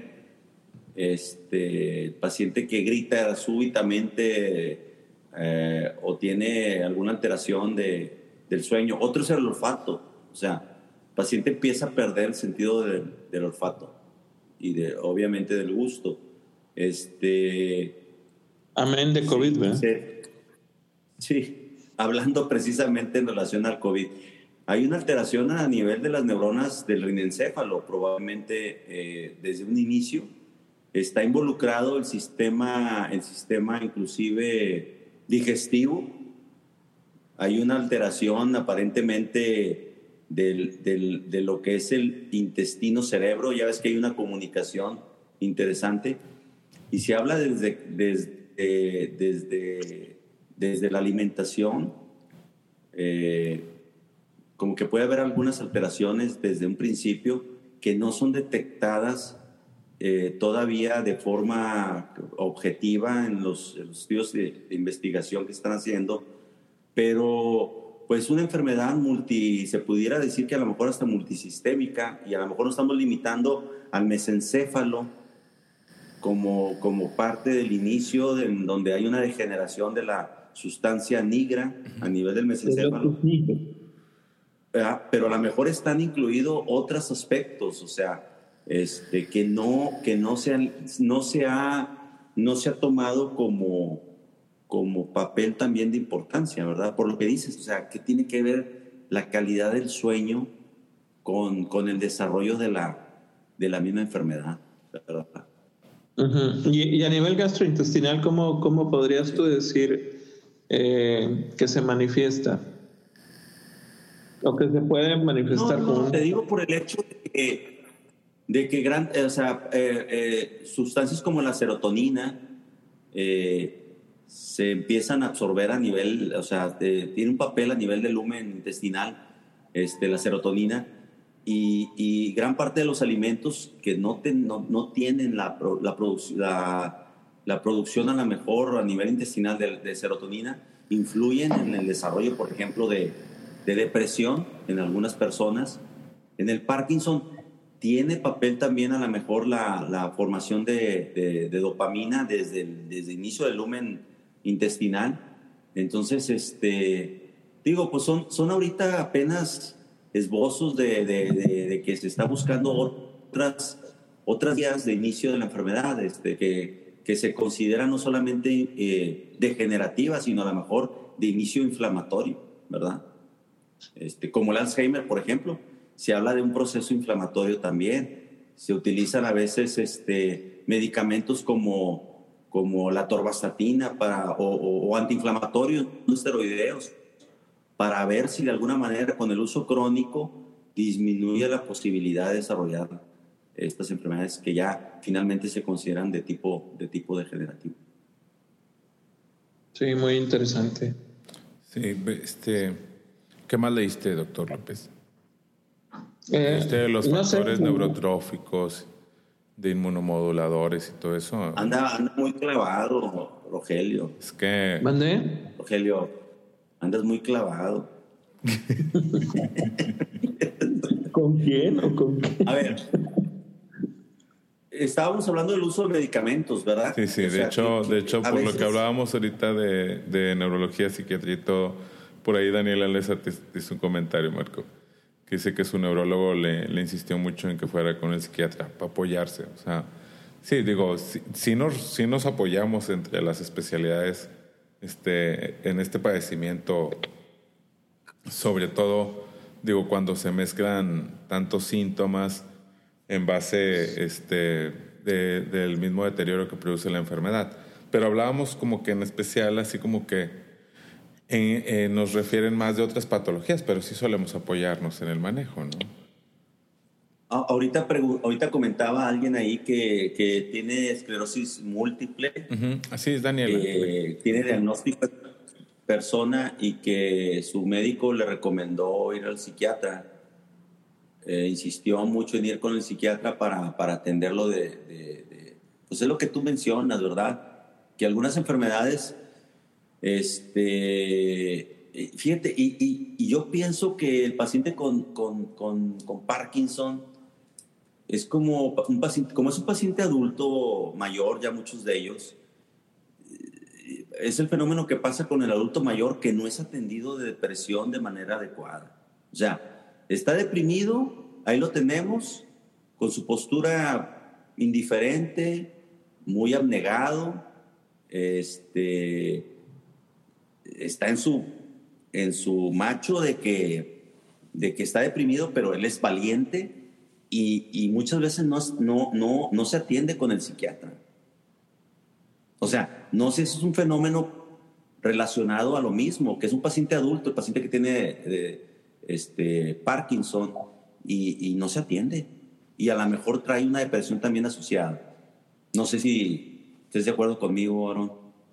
El paciente que grita súbitamente o tiene alguna alteración del sueño. Otro es el olfato. O sea, el paciente empieza a perder el sentido del olfato y obviamente del gusto. Amén de COVID, ¿verdad? Sí, hablando precisamente en relación al COVID. Hay una alteración a nivel de las neuronas del rinencéfalo, probablemente desde un inicio. Está involucrado el sistema inclusive digestivo. Hay una alteración aparentemente de lo que es el intestino-cerebro. Ya ves que hay una comunicación interesante. Y se habla desde la alimentación, como que puede haber algunas alteraciones desde un principio que no son detectadas todavía de forma objetiva en los estudios de investigación que están haciendo, pero pues una enfermedad se pudiera decir que a lo mejor hasta multisistémica, y a lo mejor nos estamos limitando al mesencéfalo como parte del inicio donde hay una degeneración de la sustancia nigra a nivel del mesencéfalo. Pero a lo mejor están incluidos otros aspectos, o sea, que no se ha tomado como papel también de importancia, ¿verdad? Por lo que dices, o sea, ¿qué tiene que ver la calidad del sueño con el desarrollo de la misma enfermedad, ¿verdad? Uh-huh. Y a nivel gastrointestinal, ¿cómo podrías tú decir que se manifiesta? ¿O que se puede manifestar? Te digo por el hecho de que sustancias como la serotonina se empiezan a absorber a nivel, o sea, tiene un papel a nivel del lumen intestinal, la serotonina. Y gran parte de los alimentos que no tienen la producción a lo mejor a nivel intestinal de serotonina influyen en el desarrollo, por ejemplo, de depresión en algunas personas. En el Parkinson tiene papel también a lo mejor la formación de dopamina desde el inicio del lumen intestinal. Entonces, pues son ahorita apenas esbozos de que se está buscando otras vías de inicio de la enfermedad, que se consideran no solamente degenerativas, sino a lo mejor de inicio inflamatorio, ¿verdad? Como el Alzheimer, por ejemplo, se habla de un proceso inflamatorio también. Se utilizan a veces medicamentos como la atorvastatina o antiinflamatorios no esteroideos, para ver si de alguna manera con el uso crónico disminuye la posibilidad de desarrollar estas enfermedades que ya finalmente se consideran de tipo degenerativo. Sí, muy interesante. Sí, ¿qué más leíste, doctor López? Los factores neurotróficos, de inmunomoduladores y todo eso. Anda muy clavado, Rogelio. Es que... ¿Mandé? Rogelio, andas muy clavado. ¿Con quién o con qué? A ver, estábamos hablando del uso de medicamentos, ¿verdad? Sí, de hecho, por lo que hablábamos ahorita de neurología, psiquiatría y todo, Por ahí Daniela Leza te hizo un comentario, Marco, que dice que su neurólogo le insistió mucho en que fuera con el psiquiatra para apoyarse. O sea, sí, digo, sí nos apoyamos entre las especialidades en este padecimiento, sobre todo, digo, cuando se mezclan tantos síntomas en base del mismo deterioro que produce la enfermedad. Pero hablábamos como que en especial, así como que nos refieren más de otras patologías, pero sí solemos apoyarnos en el manejo, ¿no? Ahorita comentaba alguien ahí que tiene esclerosis múltiple. Uh-huh. Así es, Daniela. Tiene diagnóstico persona y que su médico le recomendó ir al psiquiatra. Insistió mucho en ir con el psiquiatra para atenderlo pues es lo que tú mencionas, ¿verdad? Que algunas enfermedades, fíjate, y yo pienso que el paciente con Parkinson es como un paciente adulto mayor, ya muchos de ellos, es el fenómeno que pasa con el adulto mayor que no es atendido de depresión de manera adecuada. O sea, está deprimido, ahí lo tenemos, con su postura indiferente, muy abnegado, está en su macho de que está deprimido, pero él es valiente y muchas veces no se atiende con el psiquiatra. O sea, no sé si es un fenómeno relacionado a lo mismo, que es un paciente adulto, el paciente que tiene Parkinson y no se atiende. Y a lo mejor trae una depresión también asociada. No sé si estés de acuerdo conmigo, Aaron.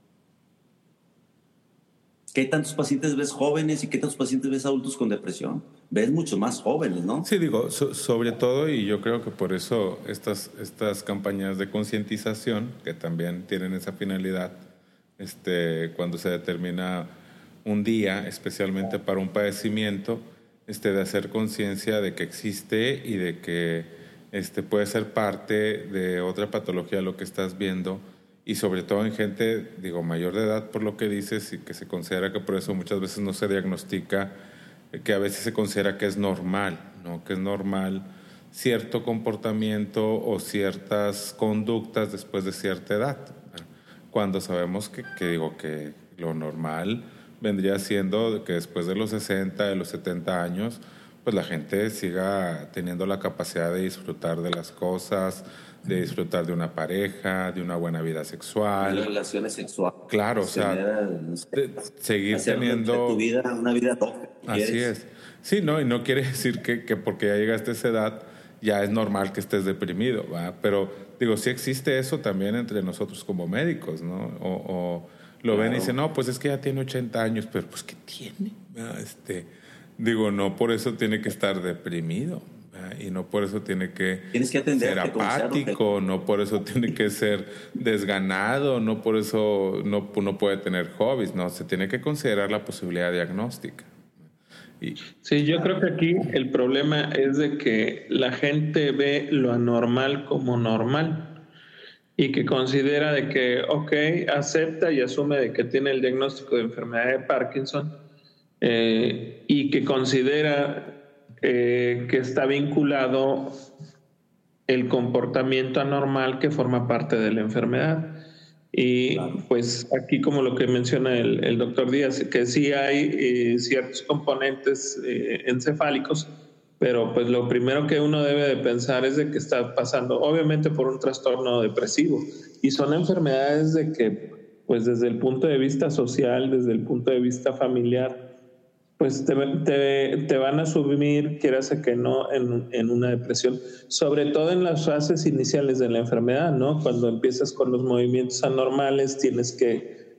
¿Qué tantos pacientes ves jóvenes y qué tantos pacientes ves adultos con depresión? Ves muchos más jóvenes, ¿no? Sí, digo, sobre todo, y yo creo que por eso estas campañas de concientización, que también tienen esa finalidad, cuando se determina un día, especialmente para un padecimiento, de hacer conciencia de que existe y de que puede ser parte de otra patología lo que estás viendo, y sobre todo en gente, digo, mayor de edad, por lo que dices, y que se considera que por eso muchas veces no se diagnostica, que a veces se considera que es normal, ¿no? Que es normal cierto comportamiento o ciertas conductas después de cierta edad, ¿no? Cuando sabemos que lo normal vendría siendo que después de los 60, de los 70 años, pues la gente siga teniendo la capacidad de disfrutar de las cosas, de disfrutar de una pareja, de una buena vida sexual. De relaciones sexuales. Claro, o sea, seguir teniendo... de tu vida una vida top. Así es. Sí, ¿no? Y no quiere decir que porque ya llegaste a esa edad ya es normal que estés deprimido, ¿va? Pero, digo, sí existe eso también entre nosotros como médicos, ¿no? O lo ven y dicen, no, pues es que ya tiene 80 años, pero pues ¿qué tiene? Digo, no por eso tiene que estar deprimido, ¿verdad? Y no por eso tiene que ser apático, no por eso tiene que ser desganado, no por eso no puede tener hobbies, no, se tiene que considerar la posibilidad diagnóstica. Sí, yo creo que aquí el problema es de que la gente ve lo anormal como normal y que considera de que, acepta y asume de que tiene el diagnóstico de enfermedad de Parkinson, y que considera que está vinculado el comportamiento anormal que forma parte de la enfermedad. Y pues aquí, como lo que menciona el doctor Díaz, que sí hay ciertos componentes encefálicos, pero pues lo primero que uno debe de pensar es de que está pasando obviamente por un trastorno depresivo, y son enfermedades de que pues desde el punto de vista social, desde el punto de vista familiar, pues te van a subir, quieras que no, en una depresión, sobre todo en las fases iniciales de la enfermedad, ¿no? Cuando empiezas con los movimientos anormales, tienes que,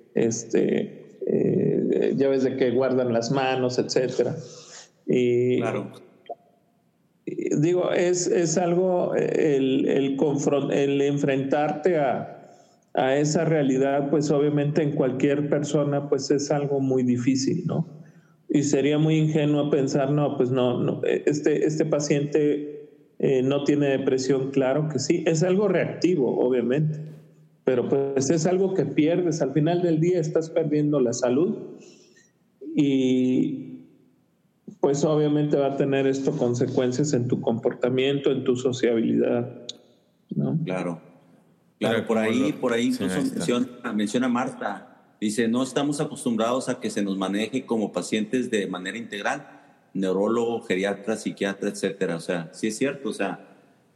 ya ves de que guardan las manos, etcétera. Y claro. Digo, es algo, el enfrentarte a esa realidad, pues obviamente en cualquier persona, pues es algo muy difícil, ¿no? Y sería muy ingenuo pensar, no, pues no, este paciente no tiene depresión. Claro que sí, es algo reactivo, obviamente, pero pues es algo que pierdes. Al final del día estás perdiendo la salud y pues obviamente va a tener esto consecuencias en tu comportamiento, en tu sociabilidad, ¿no? Claro, por ahí sí, incluso menciona Marta, dice, no estamos acostumbrados a que se nos maneje como pacientes de manera integral, neurólogo, geriatra, psiquiatra, etcétera. O sea, sí es cierto, o sea,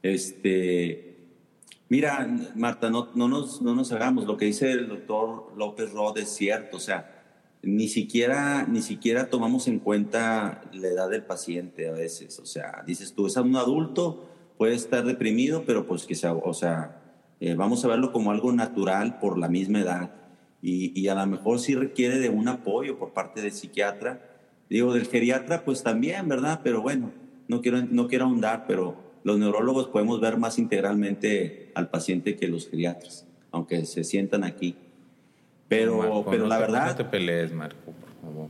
mira, Marta, no nos hagamos, lo que dice el doctor López Rod es cierto, o sea, ni siquiera tomamos en cuenta la edad del paciente a veces, o sea, dices tú, es un adulto, puede estar deprimido, pero pues que sea, o sea, vamos a verlo como algo natural por la misma edad y a lo mejor sí requiere de un apoyo por parte del psiquiatra, digo, del geriatra pues también, ¿verdad? Pero bueno, no quiero ahondar, pero los neurólogos podemos ver más integralmente al paciente que los geriatras, aunque se sientan aquí. Pero, Marco, pero la verdad... No te pelees, Marco, por favor.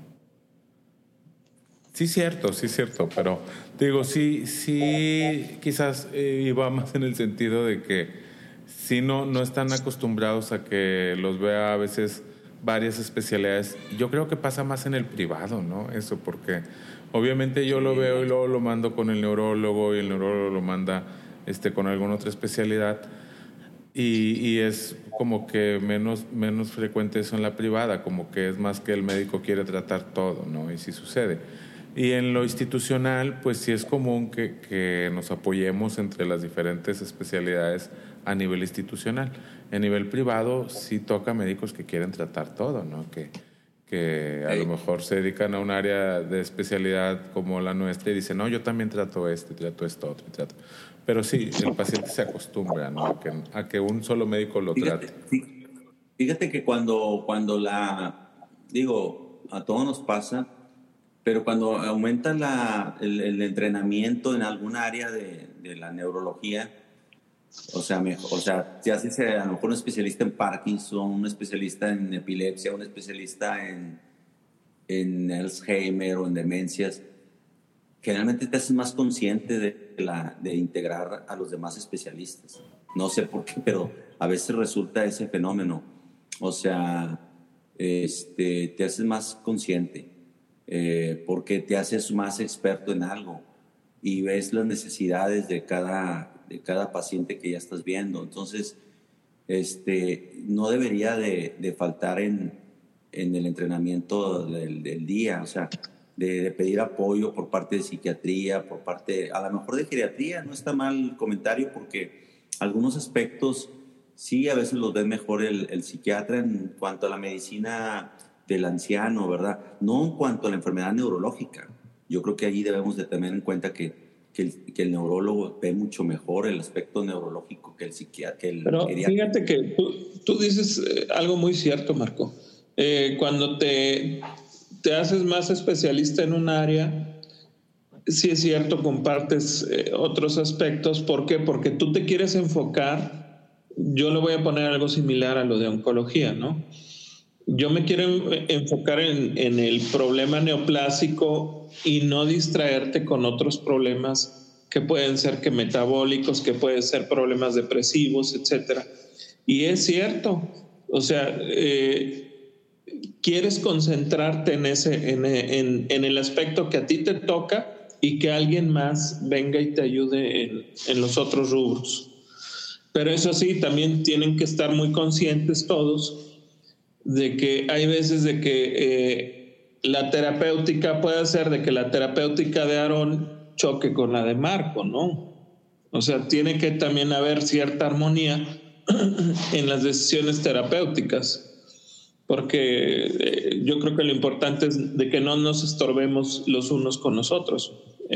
Sí, cierto, pero digo, sí, quizás iba más en el sentido de que sí no están acostumbrados a que los vea a veces varias especialidades. Yo creo que pasa más en el privado, ¿no? Eso, porque obviamente yo lo veo y luego lo mando con el neurólogo y el neurólogo lo manda con alguna otra especialidad. Y es como que menos frecuente eso en la privada, como que es más que el médico quiere tratar todo, ¿no? Y sí sucede. Y en lo institucional, pues sí es común que nos apoyemos entre las diferentes especialidades a nivel institucional. En nivel privado sí toca médicos que quieren tratar todo, ¿no? Que a lo mejor se dedican a un área de especialidad como la nuestra y dicen, no, yo también trato trato esto, otro, trato. Pero sí, el paciente se acostumbra, ¿no? a que un solo médico lo trate. Fíjate que cuando digo, a todos nos pasa, pero cuando aumenta el entrenamiento en algún área de la neurología, o sea, si haces a lo mejor un especialista en Parkinson, un especialista en epilepsia, un especialista en Alzheimer o en demencias, generalmente te haces más consciente de integrar a los demás especialistas. No sé por qué, pero a veces resulta ese fenómeno. O sea, te haces más consciente porque te haces más experto en algo y ves las necesidades de cada paciente que ya estás viendo. Entonces, no debería de faltar en el entrenamiento del día, o sea, de pedir apoyo por parte de psiquiatría, por parte, a lo mejor de geriatría, no está mal el comentario porque algunos aspectos sí a veces los ve mejor el psiquiatra en cuanto a la medicina del anciano, ¿verdad? No en cuanto a la enfermedad neurológica. Yo creo que ahí debemos de tener en cuenta que el neurólogo ve mucho mejor el aspecto neurológico que el psiquiatra. Pero fíjate que tú dices algo muy cierto, Marco. Cuando te haces más especialista en un área, sí es cierto, compartes otros aspectos. ¿Por qué? Porque tú te quieres enfocar. Yo le voy a poner algo similar a lo de oncología, ¿no? Yo me quiero enfocar en el problema neoplásico y no distraerte con otros problemas que pueden ser que metabólicos, que pueden ser problemas depresivos, etcétera. Y es cierto, o sea, quieres concentrarte en el aspecto que a ti te toca y que alguien más venga y te ayude en los otros rubros. Pero eso sí, también tienen que estar muy conscientes todos de que hay veces de que la terapéutica puede ser de que la terapéutica de Aarón choque con la de Marco, ¿no? O sea, tiene que también haber cierta armonía en las decisiones terapéuticas, porque yo creo que lo importante es de que no nos estorbemos los unos con los otros.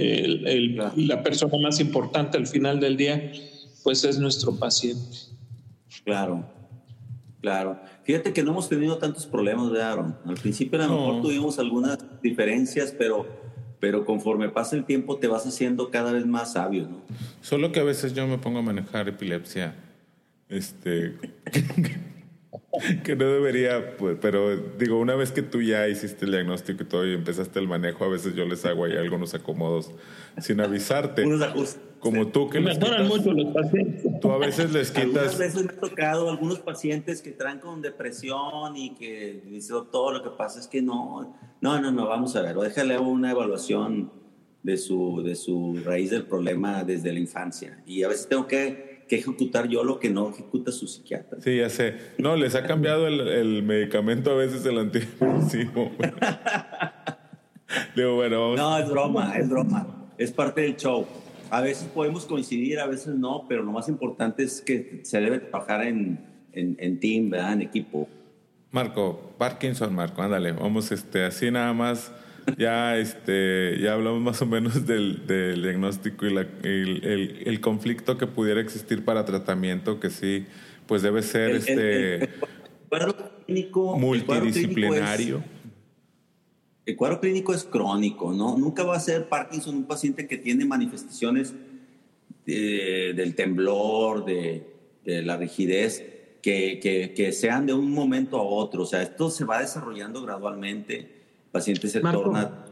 La persona más importante al final del día, pues es nuestro paciente. Claro. Fíjate que no hemos tenido tantos problemas, de Aaron. Al principio a lo mejor tuvimos algunas diferencias, pero conforme pasa el tiempo te vas haciendo cada vez más sabio, ¿no? Solo que a veces yo me pongo a manejar epilepsia. Que no debería, pues, pero digo, una vez que tú ya hiciste el diagnóstico y todo y empezaste el manejo, a veces yo les hago ahí algunos acomodos sin avisarte. Unos ajustes. Como tú que les Mejoran quitas, mucho los pacientes. tú a veces les Algunas quitas. veces me ha tocado algunos pacientes que traen con depresión y que dice, doctor, lo que pasa es que no, vamos a ver, o déjale una evaluación de su raíz del problema desde la infancia. Y a veces tengo que ejecutar yo lo que no ejecuta su psiquiatra. Sí, ya sé. No, les ha cambiado el medicamento a veces, el antidepresivo. Digo, bueno, vamos. No, es broma. Es parte del show. A veces podemos coincidir, a veces no, pero lo más importante es que se debe trabajar en team, ¿verdad? En equipo. Marco, Parkinson, Marco, ándale, vamos así nada más. Ya ya hablamos más o menos del diagnóstico y el conflicto que pudiera existir para tratamiento, que sí, pues debe ser el cuadro clínico, multidisciplinario. El cuadro clínico es crónico, ¿no? Nunca va a ser Parkinson un paciente que tiene manifestaciones del temblor, de la rigidez, que sean de un momento a otro. O sea, esto se va desarrollando gradualmente. El paciente se Marco. torna...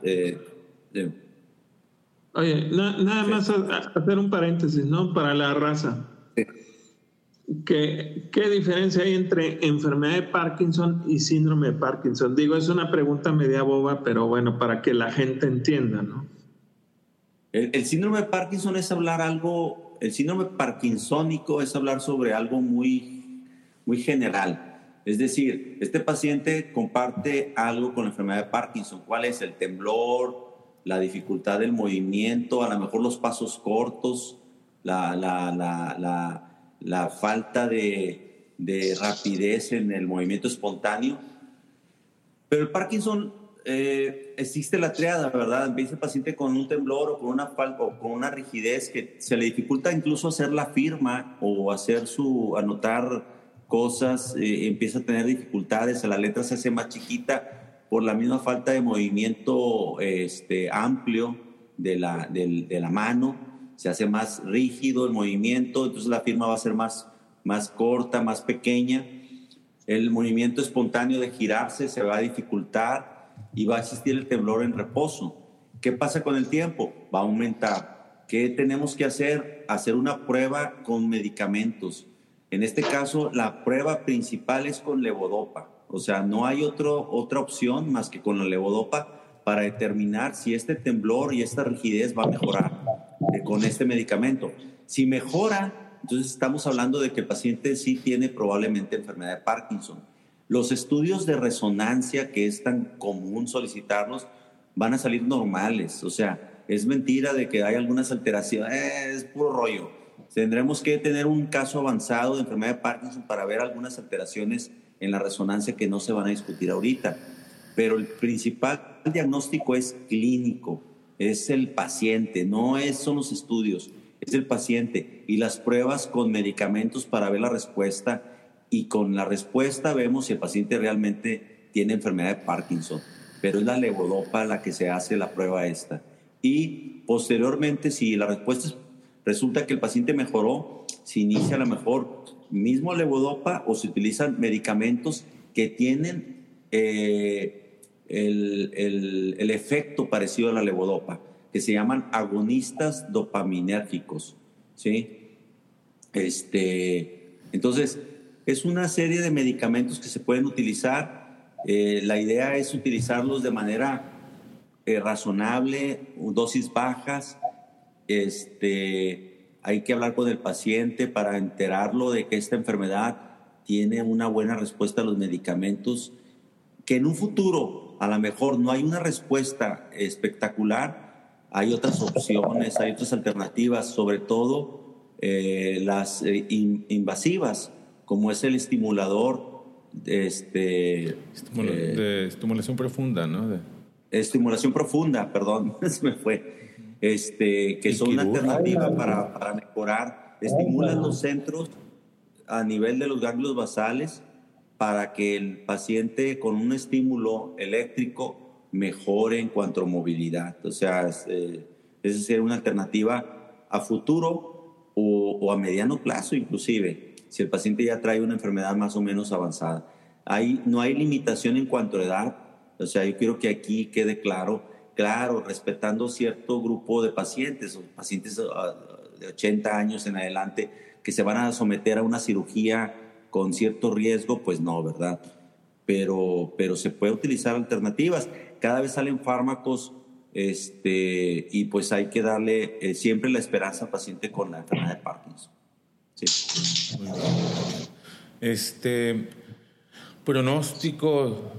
Oye, nada más hacer un paréntesis, ¿no? Para la raza. Sí. ¿Qué diferencia hay entre enfermedad de Parkinson y síndrome de Parkinson? Digo, es una pregunta media boba, pero bueno, para que la gente entienda, ¿no? El síndrome de Parkinson es hablar algo... El síndrome parkinsónico es hablar sobre algo muy, muy general. Es decir, este paciente comparte algo con la enfermedad de Parkinson. ¿Cuál es? El temblor, la dificultad del movimiento, a lo mejor los pasos cortos, la falta de rapidez en el movimiento espontáneo. Pero el Parkinson, existe la triada, ¿verdad? Empieza el paciente con un temblor o con una falta o con una rigidez que se le dificulta incluso hacer la firma o anotar cosas, empieza a tener dificultades, la letra se hace más chiquita por la misma falta de movimiento amplio de la mano. Se hace más rígido el movimiento, entonces la firma va a ser más corta, más pequeña. El movimiento espontáneo de girarse se va a dificultar y va a existir el temblor en reposo. ¿Qué pasa con el tiempo? Va a aumentar. ¿Qué tenemos que hacer? Hacer una prueba con medicamentos. En este caso, la prueba principal es con levodopa. O sea, no hay otra opción más que con la levodopa para determinar si este temblor y esta rigidez va a mejorar con este medicamento. Si mejora, entonces estamos hablando de que el paciente sí tiene probablemente enfermedad de Parkinson. Los estudios de resonancia, que es tan común solicitarlos, van a salir normales. O sea, es mentira de que hay algunas alteraciones, es puro rollo. Tendremos que tener un caso avanzado de enfermedad de Parkinson para ver algunas alteraciones en la resonancia que no se van a discutir ahorita. Pero el principal diagnóstico es clínico, es el paciente, no son los estudios, es el paciente. Y las pruebas con medicamentos para ver la respuesta, y con la respuesta vemos si el paciente realmente tiene enfermedad de Parkinson. Pero es la levodopa la que se hace la prueba esta. Y posteriormente, si la respuesta resulta que el paciente mejoró, se inicia a lo mejor mismo levodopa o se utilizan medicamentos que tienen el efecto parecido a la levodopa, que se llaman agonistas dopaminérgicos, ¿sí? Entonces, es una serie de medicamentos que se pueden utilizar. La idea es utilizarlos de manera razonable, dosis bajas. Hay que hablar con el paciente para enterarlo de que esta enfermedad tiene una buena respuesta a los medicamentos, que en un futuro a lo mejor no hay una respuesta espectacular, hay otras opciones, hay otras alternativas, sobre todo las invasivas, como es el estimulador de estimulación profunda, ¿no? Estimulación profunda, perdón, se me fue. Que son una alternativa para mejorar. Estimulan los centros a nivel de los ganglios basales para que el paciente con un estímulo eléctrico mejore en cuanto a movilidad. O sea, esa sería una alternativa a futuro o a mediano plazo inclusive. si el paciente ya trae una enfermedad más o menos avanzada. No hay limitación en cuanto a edad. O sea, yo quiero que aquí quede claro, respetando cierto grupo de pacientes, o pacientes de 80 años en adelante, que se van a someter a una cirugía con cierto riesgo, pues no, ¿verdad? Pero se puede utilizar alternativas. Cada vez salen fármacos y pues hay que darle siempre la esperanza al paciente con la enfermedad de Parkinson. Sí. Muy bien. Pronóstico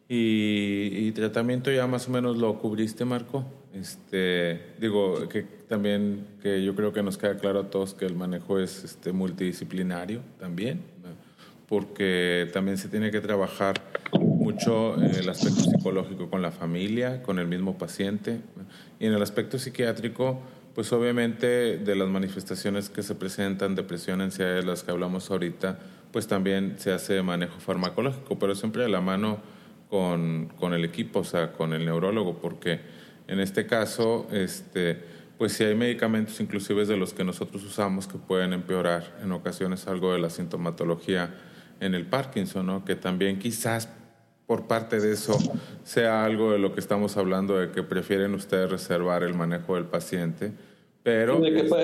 y tratamiento ya más o menos lo cubriste, Marco. Digo que también que yo creo que nos queda claro a todos que el manejo es multidisciplinario también, porque también se tiene que trabajar mucho en el aspecto psicológico con la familia, con el mismo paciente, y en el aspecto psiquiátrico, pues obviamente de las manifestaciones que se presentan, depresión, ansiedad, de las que hablamos ahorita, pues también se hace manejo farmacológico, pero siempre de la mano con el equipo, o sea, con el neurólogo, porque en este caso, pues sí hay medicamentos inclusive de los que nosotros usamos que pueden empeorar en ocasiones algo de la sintomatología en el Parkinson, ¿no? Que también quizás por parte de eso sea algo de lo que estamos hablando, de que prefieren ustedes reservar el manejo del paciente, pero...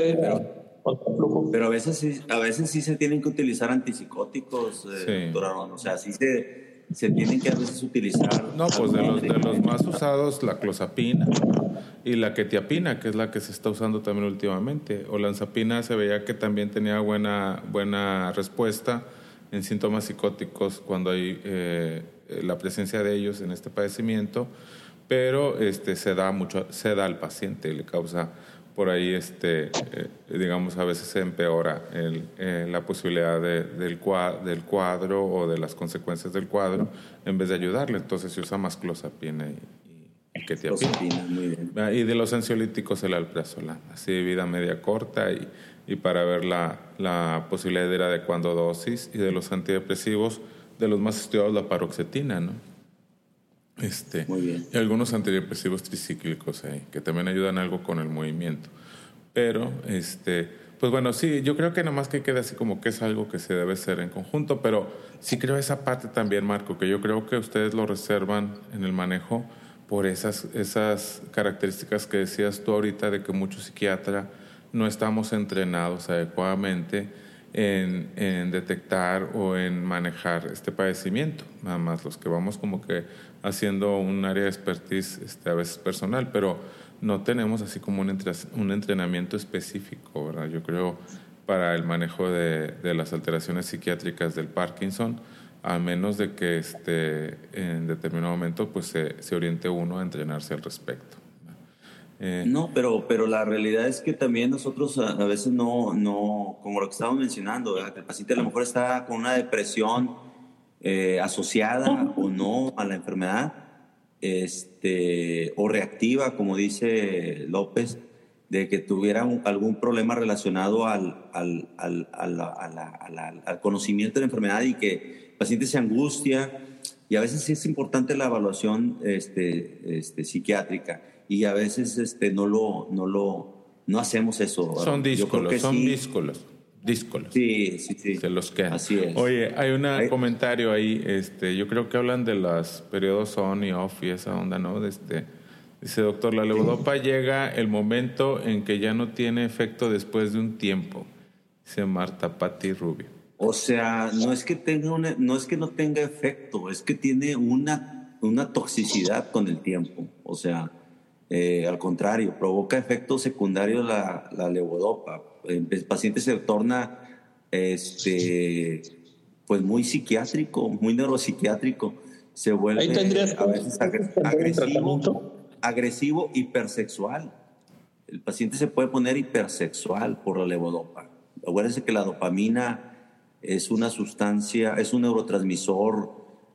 Pero a veces sí se tienen que utilizar antipsicóticos, doctor Aaron. O sea, sí se tienen que a veces utilizar... No, pues de los más usados, la clozapina y la quetiapina, que es la que se está usando también últimamente. Olanzapina se veía que también tenía buena respuesta en síntomas psicóticos cuando hay la presencia de ellos en este padecimiento, pero se da al paciente y le causa por ahí, digamos, a veces se empeora la posibilidad del cuadro o de las consecuencias del cuadro en vez de ayudarle. Entonces se usa más clozapina y quetiapina. Muy bien. Y de los ansiolíticos el alprazolam, así de vida media corta y para ver la posibilidad de ir adecuando dosis, y de los antidepresivos, de los más estudiados la paroxetina, ¿no? Muy bien. Y algunos antidepresivos tricíclicos que también ayudan algo con el movimiento. Pero, pues bueno, sí, yo creo que nomás que quede así como que es algo que se debe hacer en conjunto, pero sí creo esa parte también, Marco, que yo creo que ustedes lo reservan en el manejo por esas características que decías tú ahorita, de que muchos psiquiatras no estamos entrenados adecuadamente en detectar o en manejar este padecimiento, nada más los que vamos como que haciendo un área de expertise a veces personal, pero no tenemos así como un entrenamiento específico, ¿verdad? Yo creo para el manejo de las alteraciones psiquiátricas del Parkinson, a menos de que en determinado momento pues se oriente uno a entrenarse al respecto. No, pero la realidad es que también nosotros a veces no, como lo que estábamos mencionando, ¿verdad? Que el paciente a lo mejor está con una depresión asociada o no a la enfermedad, o reactiva, como dice López, de que tuviera algún problema relacionado al conocimiento de la enfermedad, y que el paciente se angustia, y a veces sí es importante la evaluación psiquiátrica, y a veces no hacemos eso. Son díscolos. Sí. Se los quedan. Así es. Oye, hay un comentario ahí, yo creo que hablan de los periodos on y off y esa onda, ¿no? Dice, doctor, la levodopa llega el momento en que ya no tiene efecto después de un tiempo. Dice Marta Patti Rubio. O sea, no es que no tenga efecto, es que tiene una toxicidad con el tiempo. O sea, al contrario, provoca efectos secundarios la levodopa. El paciente se torna pues muy psiquiátrico, muy neuropsiquiátrico. Se vuelve a veces agresivo, hipersexual. El paciente se puede poner hipersexual por la levodopa. Acuérdense que la dopamina es una sustancia, es un neurotransmisor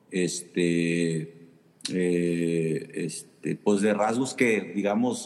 pues de rasgos que, digamos,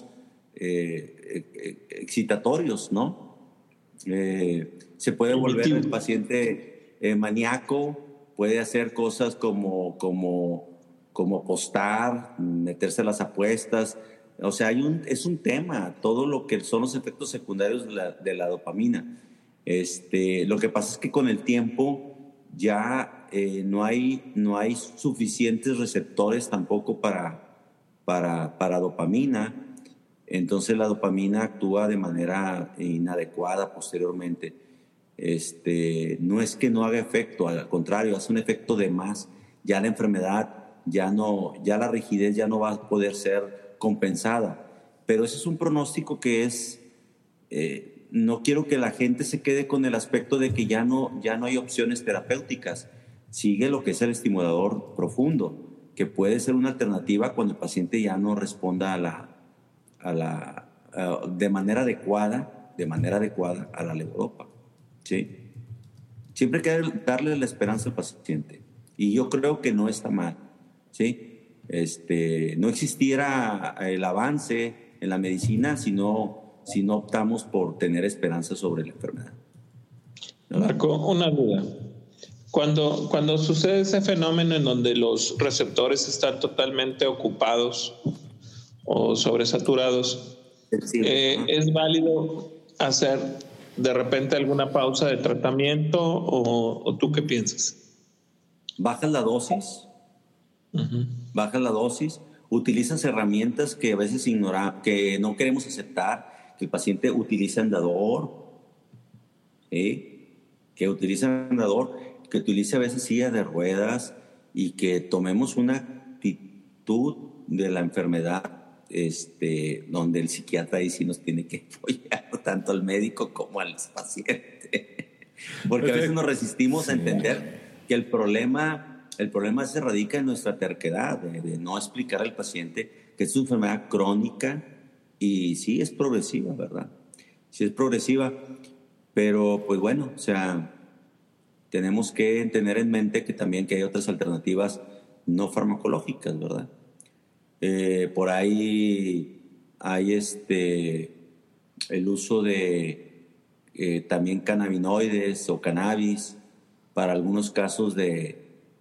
excitatorios, ¿no? Se puede volver el paciente maníaco, puede hacer cosas como apostar, meterse a las apuestas. O sea, es un tema, todo lo que son los efectos secundarios de la dopamina. Lo que pasa es que con el tiempo ya no hay suficientes receptores tampoco para dopamina. Entonces la dopamina actúa de manera inadecuada posteriormente. No es que no haga efecto, al contrario, hace un efecto de más. Ya la enfermedad, ya la rigidez ya no va a poder ser compensada. Pero ese es un pronóstico que es... no quiero que la gente se quede con el aspecto de que ya no hay opciones terapéuticas. Sigue lo que es el estimulador profundo, que puede ser una alternativa cuando el paciente ya no responda de manera adecuada a la levodopa. ¿Sí? Siempre hay que darle la esperanza al paciente. Y yo creo que no está mal. ¿Sí? No existiera el avance en la medicina si no optamos por tener esperanza sobre la enfermedad. ¿Verdad? Marco, una duda. Cuando sucede ese fenómeno en donde los receptores están totalmente ocupados o sobresaturados, ¿es válido hacer de repente alguna pausa de tratamiento o tú qué piensas? Bajas la dosis. Bajas la dosis. Utilizas herramientas que a veces que no queremos aceptar, que el paciente utiliza andador, que utilice a veces silla de ruedas, y que tomemos una actitud de la enfermedad donde el psiquiatra ahí sí nos tiene que apoyar tanto al médico como al paciente. Porque a veces nos resistimos a entender que el problema se radica en nuestra terquedad de no explicar al paciente que es una enfermedad crónica y sí es progresiva, ¿verdad? Sí es progresiva, pero pues bueno, o sea, tenemos que tener en mente que también que hay otras alternativas no farmacológicas, ¿verdad? Por ahí hay el uso de también cannabinoides o cannabis para algunos casos de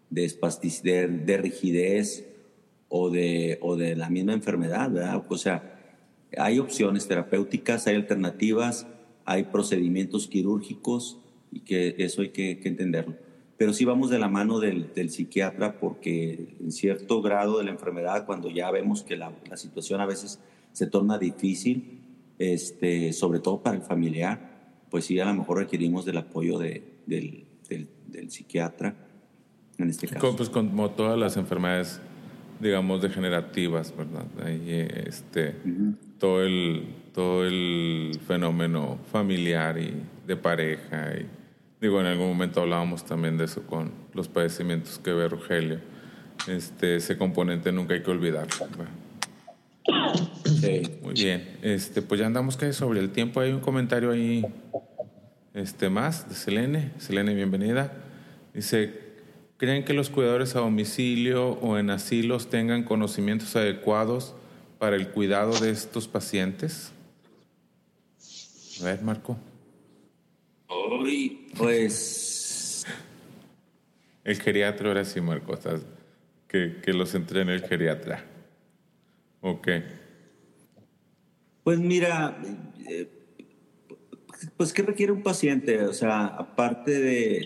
rigidez o de la misma enfermedad, ¿verdad? O sea, hay opciones terapéuticas, hay alternativas, hay procedimientos quirúrgicos, y que eso hay que entenderlo. Pero sí vamos de la mano del psiquiatra, porque en cierto grado de la enfermedad, cuando ya vemos que la situación a veces se torna difícil, sobre todo para el familiar, pues sí, a lo mejor requerimos del apoyo del psiquiatra en este caso. Pues como todas las enfermedades, digamos, degenerativas, ¿verdad? Ahí, todo el fenómeno familiar y de pareja. Y digo, en algún momento hablábamos también de eso con los padecimientos que ve Rogelio. Ese componente nunca hay que olvidarlo, ¿verdad? Sí. Muy bien. Pues ya andamos casi sobre el tiempo. Hay un comentario ahí más de Selene. Selene, bienvenida. Dice: ¿creen que los cuidadores a domicilio o en asilos tengan conocimientos adecuados para el cuidado de estos pacientes? A ver, Marco. Pues... El geriatra, ahora sí, Marco. Estás, que los entrene el geriatra. ¿Ok? Pues mira, pues ¿qué requiere un paciente? O sea, aparte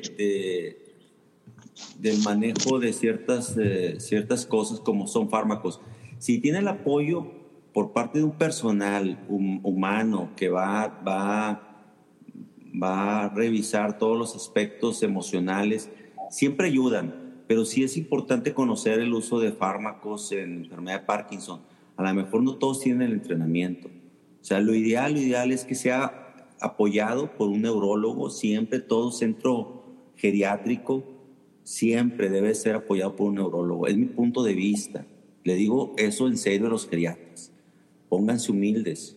del manejo de ciertas cosas como son fármacos, si tiene el apoyo por parte de un personal humano que va a revisar todos los aspectos emocionales, siempre ayudan, pero sí es importante conocer el uso de fármacos en enfermedad de Parkinson. A lo mejor no todos tienen el entrenamiento. O sea, lo ideal es que sea apoyado por un neurólogo. Siempre todo centro geriátrico siempre debe ser apoyado por un neurólogo. Es mi punto de vista. Le digo eso en serio a los geriatras. Pónganse humildes.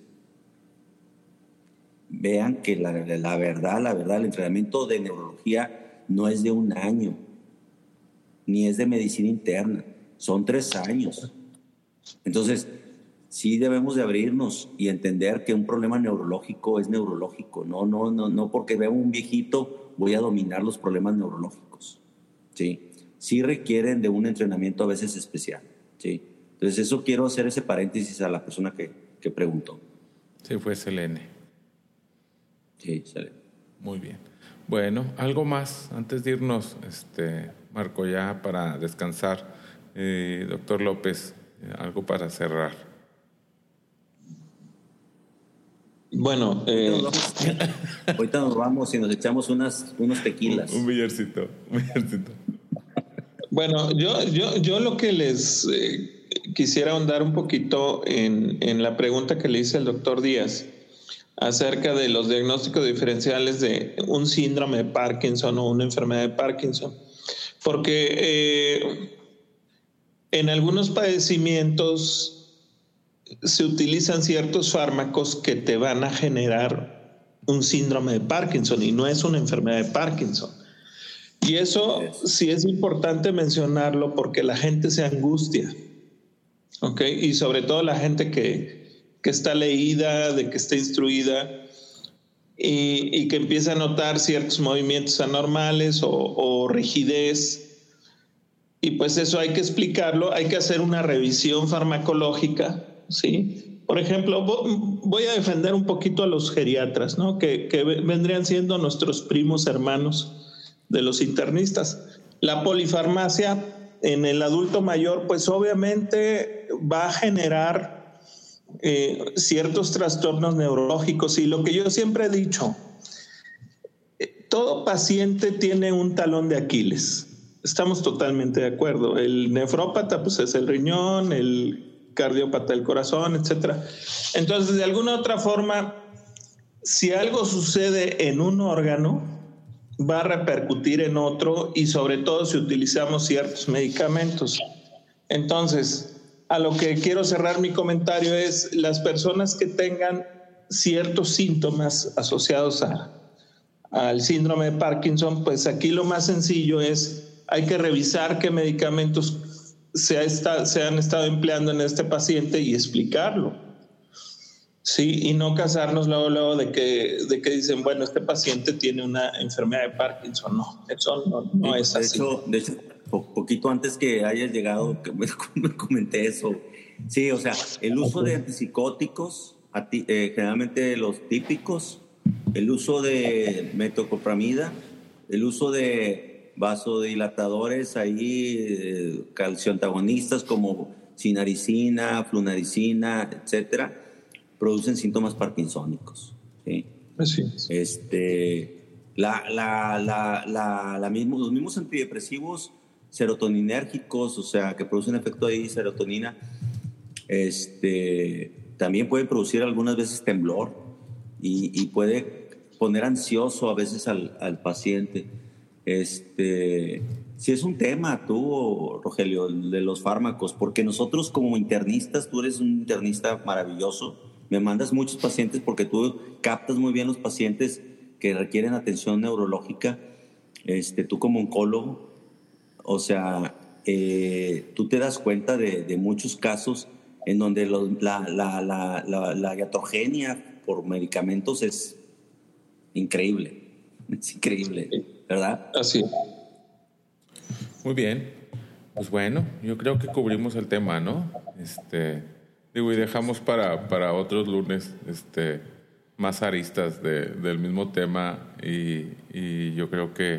Vean que la verdad, el entrenamiento de neurología no es de un año, ni es de medicina interna. Son 3 años. Entonces, sí debemos de abrirnos y entender que un problema neurológico es neurológico. No porque veo un viejito voy a dominar los problemas neurológicos. Sí requieren de un entrenamiento a veces especial. ¿Sí? Entonces, eso quiero hacer ese paréntesis a la persona que preguntó. Sí, fue Selene. Sí, Selene. Muy bien. Bueno, algo más antes de irnos, Marco, ya para descansar. Doctor López, algo para cerrar. Bueno, ahorita nos vamos y nos echamos unos tequilas. Un billarcito. Bueno, yo lo que les quisiera ahondar un poquito en la pregunta que le hice al doctor Díaz acerca de los diagnósticos diferenciales de un síndrome de Parkinson o una enfermedad de Parkinson. Porque en algunos padecimientos se utilizan ciertos fármacos que te van a generar un síndrome de Parkinson y no es una enfermedad de Parkinson. Y eso sí es importante mencionarlo porque la gente se angustia, ¿ok? Y sobre todo la gente que está leída, de que está instruida y que empieza a notar ciertos movimientos anormales o rigidez. Y pues eso hay que explicarlo, hay que hacer una revisión farmacológica, ¿sí? Por ejemplo, voy a defender un poquito a los geriatras, ¿no? Que vendrían siendo nuestros primos hermanos de los internistas. La polifarmacia en el adulto mayor, pues obviamente va a generar ciertos trastornos neurológicos y lo que yo siempre he dicho, todo paciente tiene un talón de Aquiles. Estamos totalmente de acuerdo. El nefrópata pues es el riñón, el cardiópata el corazón, etcétera. Entonces, de alguna otra forma, si algo sucede en un órgano, va a repercutir en otro y sobre todo si utilizamos ciertos medicamentos. Entonces, a lo que quiero cerrar mi comentario es las personas que tengan ciertos síntomas asociados al síndrome de Parkinson, pues aquí lo más sencillo es hay que revisar qué medicamentos se han estado empleando en este paciente y explicarlo. Sí, y no casarnos luego de que dicen, bueno, este paciente tiene una enfermedad de Parkinson. No, eso no es así. De hecho, poquito antes que hayas llegado, que me comenté eso. Sí, o sea, el uso de antipsicóticos, generalmente los típicos, el uso de metoclopramida, el uso de vasodilatadores, calcioantagonistas como sinaricina, flunaricina, etcétera, producen síntomas parkinsónicos. ¿Sí? Así es. Los mismos antidepresivos serotoninérgicos, o sea, que producen efecto de serotonina, también pueden producir algunas veces temblor y puede poner ansioso a veces al paciente. Si es un tema tú, Rogelio, de los fármacos, porque nosotros como internistas, tú eres un internista maravilloso, me mandas muchos pacientes porque tú captas muy bien los pacientes que requieren atención neurológica, tú como oncólogo, o sea, tú te das cuenta de muchos casos en donde la iatrogenia por medicamentos es increíble, ¿verdad? Así. Muy bien, pues bueno, yo creo que cubrimos el tema, ¿no? Y dejamos para otros lunes más aristas del mismo tema y yo creo que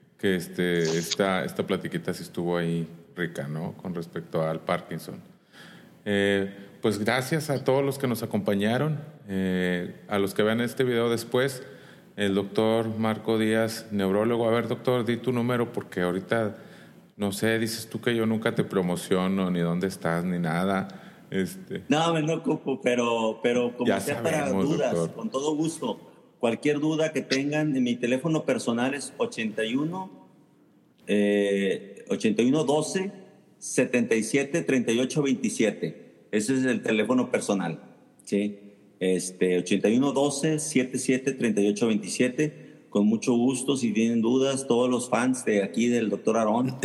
esta platiquita sí estuvo ahí rica, ¿no? Con respecto al Parkinson. Pues gracias a todos los que nos acompañaron, a los que vean este video después, el doctor Marco Díaz, neurólogo. A ver, doctor, di tu número porque ahorita, no sé, dices tú que yo nunca te promociono, ni dónde estás, ni nada. No, me ocupo, pero como ya sea sabemos, para dudas, doctor. Con todo gusto. Cualquier duda que tengan, mi teléfono personal es 8112 77 38 27. Ese es el teléfono personal, ¿sí? 8112 77 38 27. Con mucho gusto, si tienen dudas, todos los fans de aquí del doctor Aarón.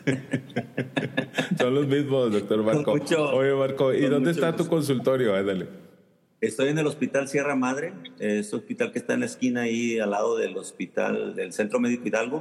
Son los mismos, doctor Marco. Oye, Marco, ¿y dónde está tu consultorio? Dale. Estoy en el Hospital Sierra Madre, este hospital que está en la esquina ahí al lado del hospital, del Centro Médico Hidalgo.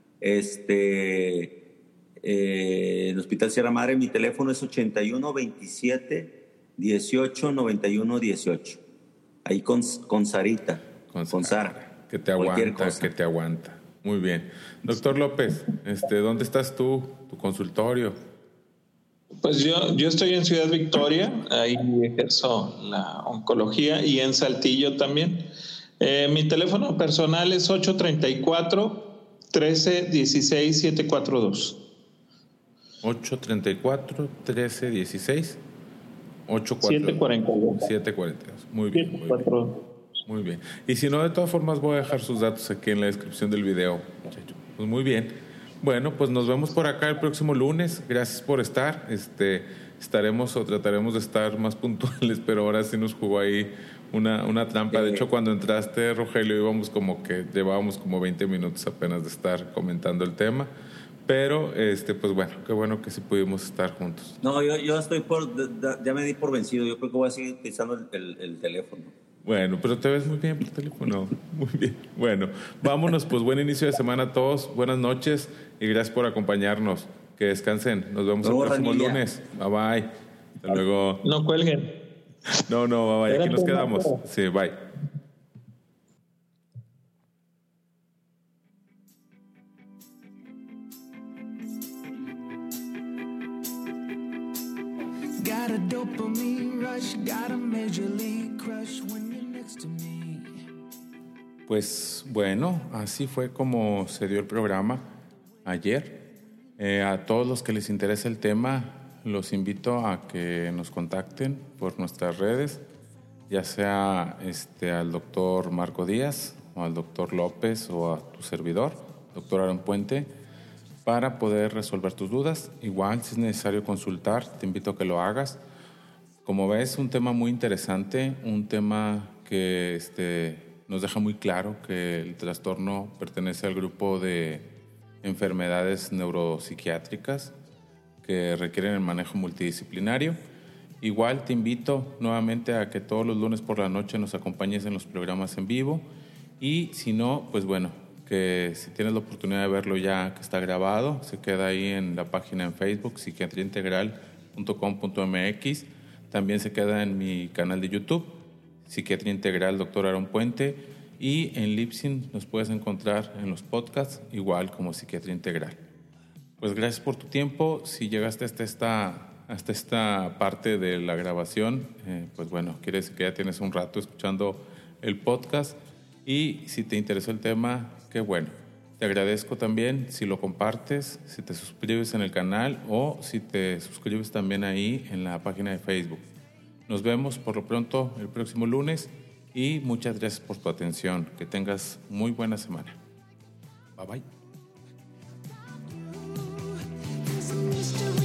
El Hospital Sierra Madre, mi teléfono es 8127 18 91 18. Ahí con Sarita, con Sara. Que te aguanta. Muy bien. Doctor López, ¿dónde estás tú? ¿Tu consultorio? Pues yo estoy en Ciudad Victoria, ahí ejerzo la oncología, y en Saltillo también. Mi teléfono personal es 834-1316-742. 834-1316 742. Muy bien. Muy bien. Y si no, de todas formas voy a dejar sus datos aquí en la descripción del video, muchachos. Pues muy bien. Bueno, pues nos vemos por acá el próximo lunes. Gracias por estar. Estaremos o trataremos de estar más puntuales, pero ahora sí nos jugó ahí una trampa. De hecho, cuando entraste, Rogelio, llevábamos como 20 minutos apenas de estar comentando el tema. Pero, pues bueno, qué bueno que sí pudimos estar juntos. No, yo estoy ya me di por vencido. Yo creo que voy a seguir utilizando el teléfono. Bueno, pero te ves muy bien por teléfono. Muy bien. Bueno, vámonos, pues buen inicio de semana a todos. Buenas noches y gracias por acompañarnos. Que descansen. Nos vemos el próximo lunes. Bye bye. Hasta luego. No cuelguen. No, bye bye. Aquí nos quedamos. Sí, bye. Got a dopamine rush, got a major league crush when you're next to me. Pues bueno, así fue como se dio el programa ayer. A todos los que les interesa el tema, los invito a que nos contacten por nuestras redes, ya sea al doctor Marco Díaz o al doctor López o a tu servidor, doctor Aaron Puente, para poder resolver tus dudas. Igual, si es necesario consultar, te invito a que lo hagas. Como ves, un tema muy interesante, un tema que nos deja muy claro que el trastorno pertenece al grupo de enfermedades neuropsiquiátricas que requieren el manejo multidisciplinario. Igual te invito nuevamente a que todos los lunes por la noche nos acompañes en los programas en vivo, y si no, pues bueno, que si tienes la oportunidad de verlo ya que está grabado, se queda ahí en la página en Facebook, psiquiatriaintegral.com.mx. También se queda en mi canal de YouTube, Psiquiatría Integral Dr. Aaron Puente, y en Libsyn nos puedes encontrar en los podcasts, igual como Psiquiatría Integral. Pues gracias por tu tiempo. Si llegaste hasta esta parte de la grabación, pues bueno, quiere decir que ya tienes un rato escuchando el podcast, y si te interesó el tema, qué bueno. Te agradezco también si lo compartes, si te suscribes en el canal o si te suscribes también ahí en la página de Facebook. Nos vemos por lo pronto el próximo lunes y muchas gracias por tu atención. Que tengas muy buena semana. Bye bye. There's a mystery